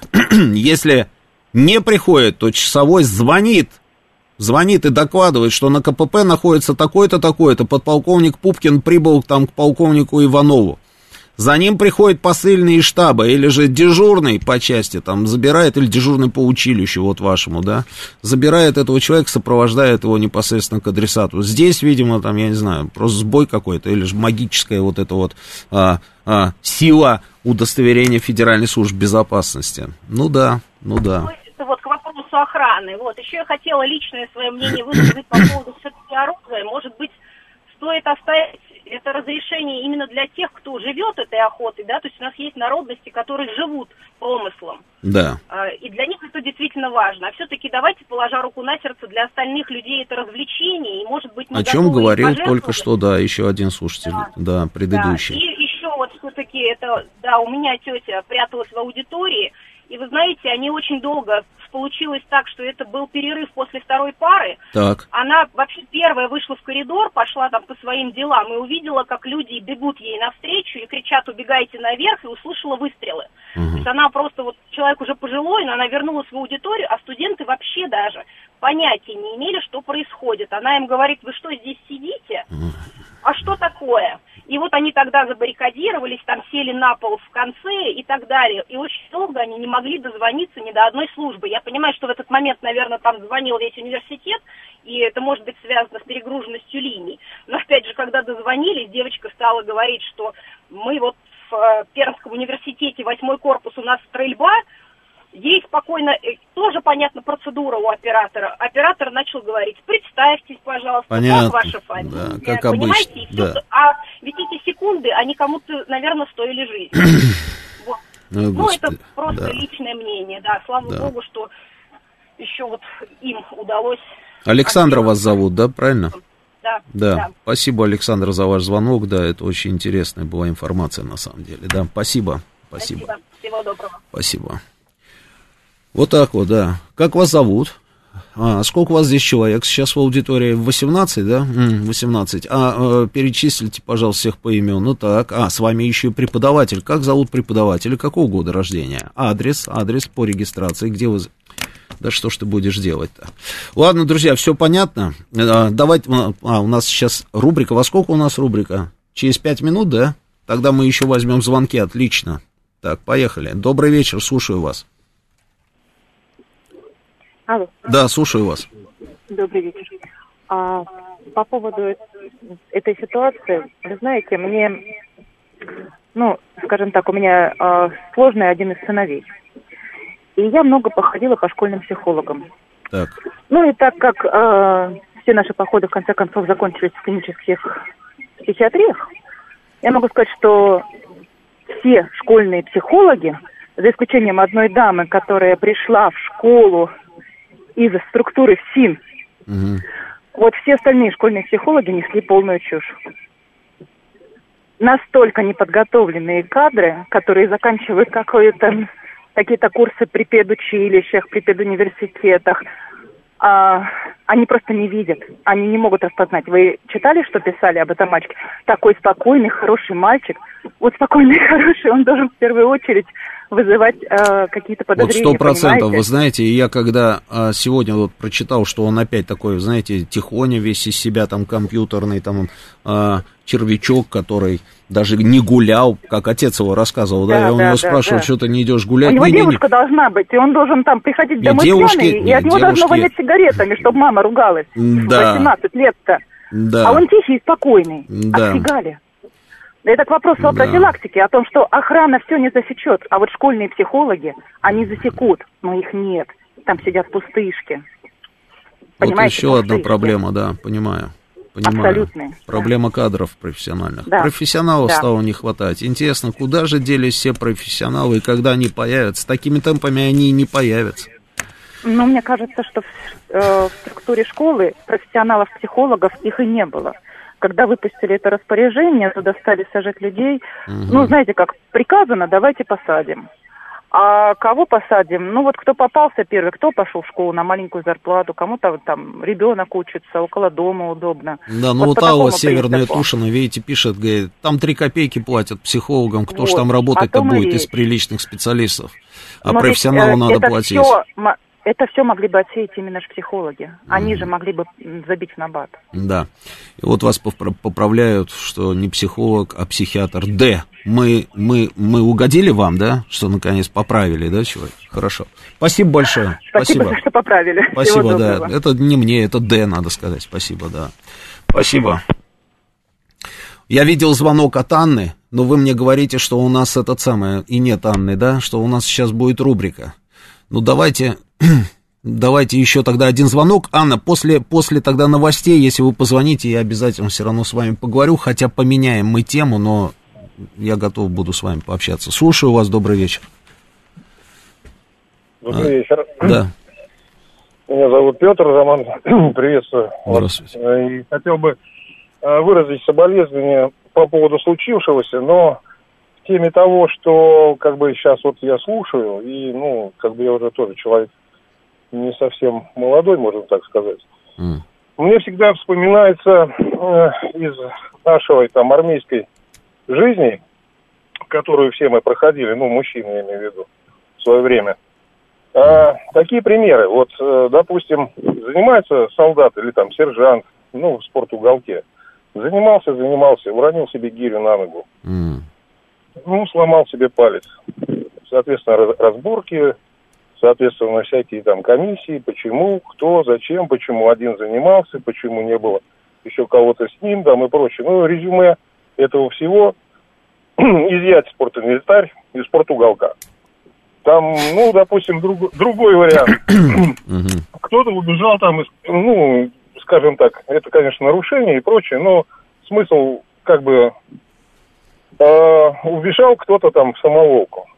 Если не приходит, то часовой звонит, звонит и докладывает, что на ка пэ пэ находится такой-то, такой-то, подполковник Пупкин прибыл там к полковнику Иванову. За ним приходит посыльный из штаба, или же дежурный по части, там, забирает, или дежурный по училищу, вот вашему, да, забирает этого человека, сопровождает его непосредственно к адресату. Здесь, видимо, там, я не знаю, просто сбой какой-то, или же магическая вот эта вот а, а, сила удостоверения Федеральной службы безопасности. Ну да, ну да. Вот к вопросу охраны. Вот, еще я хотела личное свое мнение высказать по поводу все-таки оружия. Может быть, стоит оставить это разрешение именно для тех, кто живет этой охотой, да, то есть у нас есть народности, которые живут промыслом. Да. И для них это действительно важно. А все-таки давайте, положа руку на сердце, для остальных людей это развлечение, и, может быть, мы о чем говорил только что, да, еще один слушатель, да, да предыдущий. Да. И еще вот все-таки это, да, у меня тетя пряталась в аудитории, и вы знаете, они очень долго, получилось так, что это был перерыв после второй пары. Так. Она вообще первая вышла в коридор, пошла там по своим делам и увидела, как люди бегут ей навстречу и кричат: убегайте наверх, и услышала выстрелы. Угу. То есть она просто, вот человек уже пожилой, но она вернулась в аудиторию, а студенты вообще даже понятия не имели, что происходит. Она им говорит: вы что, здесь сидите? Угу. А что такое? И вот они тогда забаррикадировались, там сели на пол в конце и так далее. И очень долго они не могли дозвониться ни до одной службы. Я понимаю, что в этот момент, наверное, там звонил весь университет, и это может быть связано с перегруженностью линий. Но опять же, когда дозвонились, девочка стала говорить, что мы вот в Пермском университете, восьмой корпус, у нас стрельба, Ей спокойно, тоже, понятно, процедура у оператора. Оператор начал говорить, представьтесь, пожалуйста, понятно. как ваша фамилия. Да, как понимаете? обычно. И все, Да. а ведь эти секунды, они кому-то, наверное, стоили жизни. Вот. Ну, Ну, это господи, просто да. личное мнение, да. Слава Да. богу, что еще вот им удалось... Александра вас зовут, да, правильно? Да, Да. да. Спасибо, Александр, за ваш звонок. Да, это очень интересная была информация на самом деле. Да, спасибо. Спасибо. Спасибо. Всего доброго. Спасибо. Вот так вот, да. Как вас зовут? А, сколько у вас здесь человек? Сейчас в аудитории восемнадцать, да? М, восемнадцать. А, э, перечислите, пожалуйста, всех по имену. Ну так. А, с вами еще и преподаватель. Как зовут преподавателя? Какого года рождения? Адрес, адрес по регистрации. Где вы... Да что ж ты будешь делать-то? Ладно, друзья, все понятно. А, давайте... А, у нас сейчас рубрика. Во сколько у нас рубрика? Через пять минут, да? Тогда мы еще возьмем звонки. Отлично. Так, поехали. Добрый вечер, слушаю вас. Алло. Да, слушаю вас. Добрый вечер. А, по поводу этой ситуации, вы знаете, мне, ну, скажем так, у меня а, сложный один из сыновей. И я много походила по школьным психологам. Так. Ну и так как а, все наши походы в конце концов закончились в клинических психиатриях, я могу сказать, что все школьные психологи, за исключением одной дамы, которая пришла в школу из структуры ФСИН, угу. вот все остальные школьные психологи несли полную чушь. Настолько неподготовленные кадры, которые заканчивают какое-то, какие-то курсы при педучилищах, при педуниверситетах, а, они просто не видят, они не могут распознать. Вы читали, что писали об этом мальчике? Такой спокойный, хороший мальчик. Вот спокойный и хороший, он должен в первую очередь вызывать э, какие-то подозрения. Вот сто процентов, понимаете? вы знаете, и я когда а, сегодня вот прочитал, что он опять такой, знаете, тихоня весь из себя, там, компьютерный, там, а, червячок, который даже не гулял, как отец его рассказывал, да, Да, и он да, его да, спрашивал, да. что ты не идешь гулять? У него не, не, девушка не. должна быть, и он должен там приходить Нет, домой девушки- пьяный, и нет, от него должно девушки- вонять сигаретами, чтобы мама ругалась. Да. восемнадцать лет-то. Да. А он тихий и спокойный. Да. Отфигали. Это к вопросу о Да. профилактике, о том, что охрана все не засечет, а вот школьные психологи, они засекут, но их нет. Там сидят пустышки. Вот Понимаете, еще одна пустышки. проблема, да, понимаю. Понимаю. Абсолютные, Проблема кадров профессиональных. Да. Профессионалов Да. стало не хватать. Интересно, куда же делись все профессионалы и когда они появятся? Такими темпами они и не появятся. Но мне кажется, что в, э, в структуре школы профессионалов-психологов их и не было. Когда выпустили это распоряжение, туда стали сажать людей. Угу. Ну, знаете, как приказано, давайте посадим. А кого посадим? Ну, вот кто попался первый, кто пошел в школу на маленькую зарплату, кому-то там ребенок учится, около дома удобно. Да, ну вот, по Алла такому Северная принципу. Тушина, видите, пишет, говорит, там три копейки платят психологам, кто ж Вот, там о работать-то том и будет из речь. приличных специалистов. А Но ведь, профессионалу э, надо это платить. Все, это все могли бы отсеять именно ж психологи. Они же могли бы м, забить в набат. Да. И вот вас попра- поправляют, что не психолог, а психиатр. Д. Мы, мы, мы угодили вам, да? Что наконец поправили, да, человек? Хорошо. Спасибо большое. Спасибо, Спасибо. что поправили. Всего Спасибо, да. доброго. Это не мне, это Д, надо сказать. Спасибо, да. Спасибо. Я видел звонок от Анны, но вы мне говорите, что у нас этот самый, и нет Анны, да, что у нас сейчас будет рубрика. Ну, давайте, давайте еще тогда один звонок. Анна, после, после тогда новостей, если вы позвоните, я обязательно все равно с вами поговорю, хотя поменяем мы тему, но я готов буду с вами пообщаться. Слушаю вас, добрый вечер. Добрый А, вечер. Да. Меня зовут Петр, Роман. Приветствую. Здравствуйте. Вот. И хотел бы э, выразить соболезнования по поводу случившегося, но в теме того, что как бы сейчас вот я слушаю, и, ну, как бы я уже тоже человек не совсем молодой, можно так сказать. Mm. Мне всегда вспоминается э, из нашей там армейской жизни, которую все мы проходили, ну, мужчины, я имею в виду, в свое время. А, такие примеры. Вот, э, допустим, занимается солдат или там сержант, ну, в спортуголке. Занимался, занимался, уронил себе гирю на ногу. Mm. Ну, сломал себе палец. Соответственно, раз- разборки, соответственно, всякие там комиссии, почему, кто, зачем, почему один занимался, почему не было еще кого-то с ним, там и прочее. Ну, резюме этого всего изъять спортинвентарь из спортуголка. Там, ну, допустим, друг, другой вариант. Кто-то убежал там, из, ну, скажем так, это, конечно, нарушение и прочее, но смысл, как бы, э, убежал кто-то там в самоволку.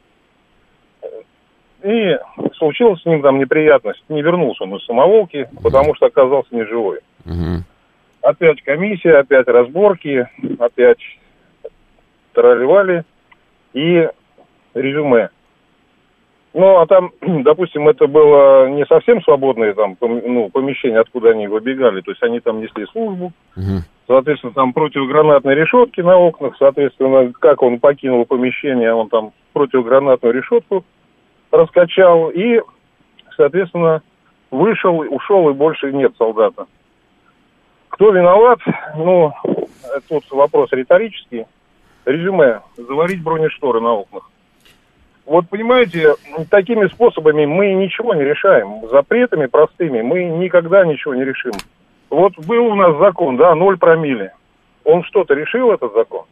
И случилась с ним там неприятность. Не вернулся он из самоволки, потому что оказался неживой. Опять комиссия, опять разборки, опять тролливали и резюме. Ну, а там, допустим, это было не совсем свободное там, ну, помещение, откуда они выбегали. То есть они там несли службу. Uh-huh. Соответственно, там противогранатные решетки на окнах. Соответственно, как он покинул помещение, он там противогранатную решетку раскачал. И, соответственно, вышел, ушел, и больше нет солдата. Кто виноват? Ну, тут вопрос риторический. Резюме. Заварить бронешторы на окнах. Вот, понимаете, такими способами мы ничего не решаем. Запретами простыми мы никогда ничего не решим. Вот был у нас закон, да, ноль промилле. Он что-то решил, этот закон?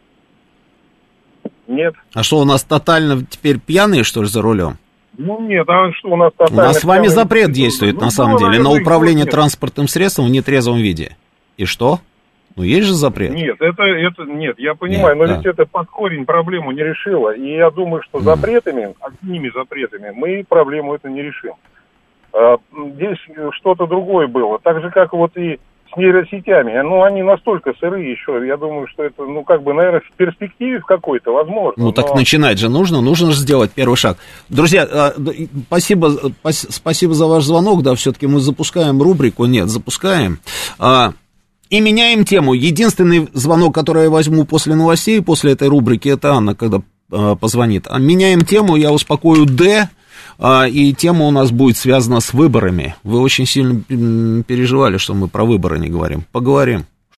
Нет. А что, у нас тотально теперь пьяные, что ли, за рулем? Ну нет, а что у нас тотально... У нас с вами запрет действует, ну, на самом деле, на управление транспортным средством в нетрезвом виде. И что? Ну, есть же запрет. Нет, это, это нет, я понимаю, нет, но да. ведь это под корень проблему не решило. И я думаю, что запретами, одними запретами, мы проблему эту не решим. А, здесь что-то другое было. Так же, как вот и с нейросетями. Ну, они настолько сырые еще. Я думаю, что это, ну, как бы, наверное, в перспективе в какой-то возможно. Ну, так но... начинать же нужно. Нужно же сделать первый шаг. Друзья, спасибо, спасибо за ваш звонок. Да, все-таки мы запускаем рубрику. Нет, запускаем. И меняем тему. Единственный звонок, который я возьму после новостей, после этой рубрики, это Анна, когда э, позвонит. А меняем тему, я успокою Д, э, и тема у нас будет связана с выборами. Вы очень сильно переживали, что мы про выборы не говорим. Поговорим.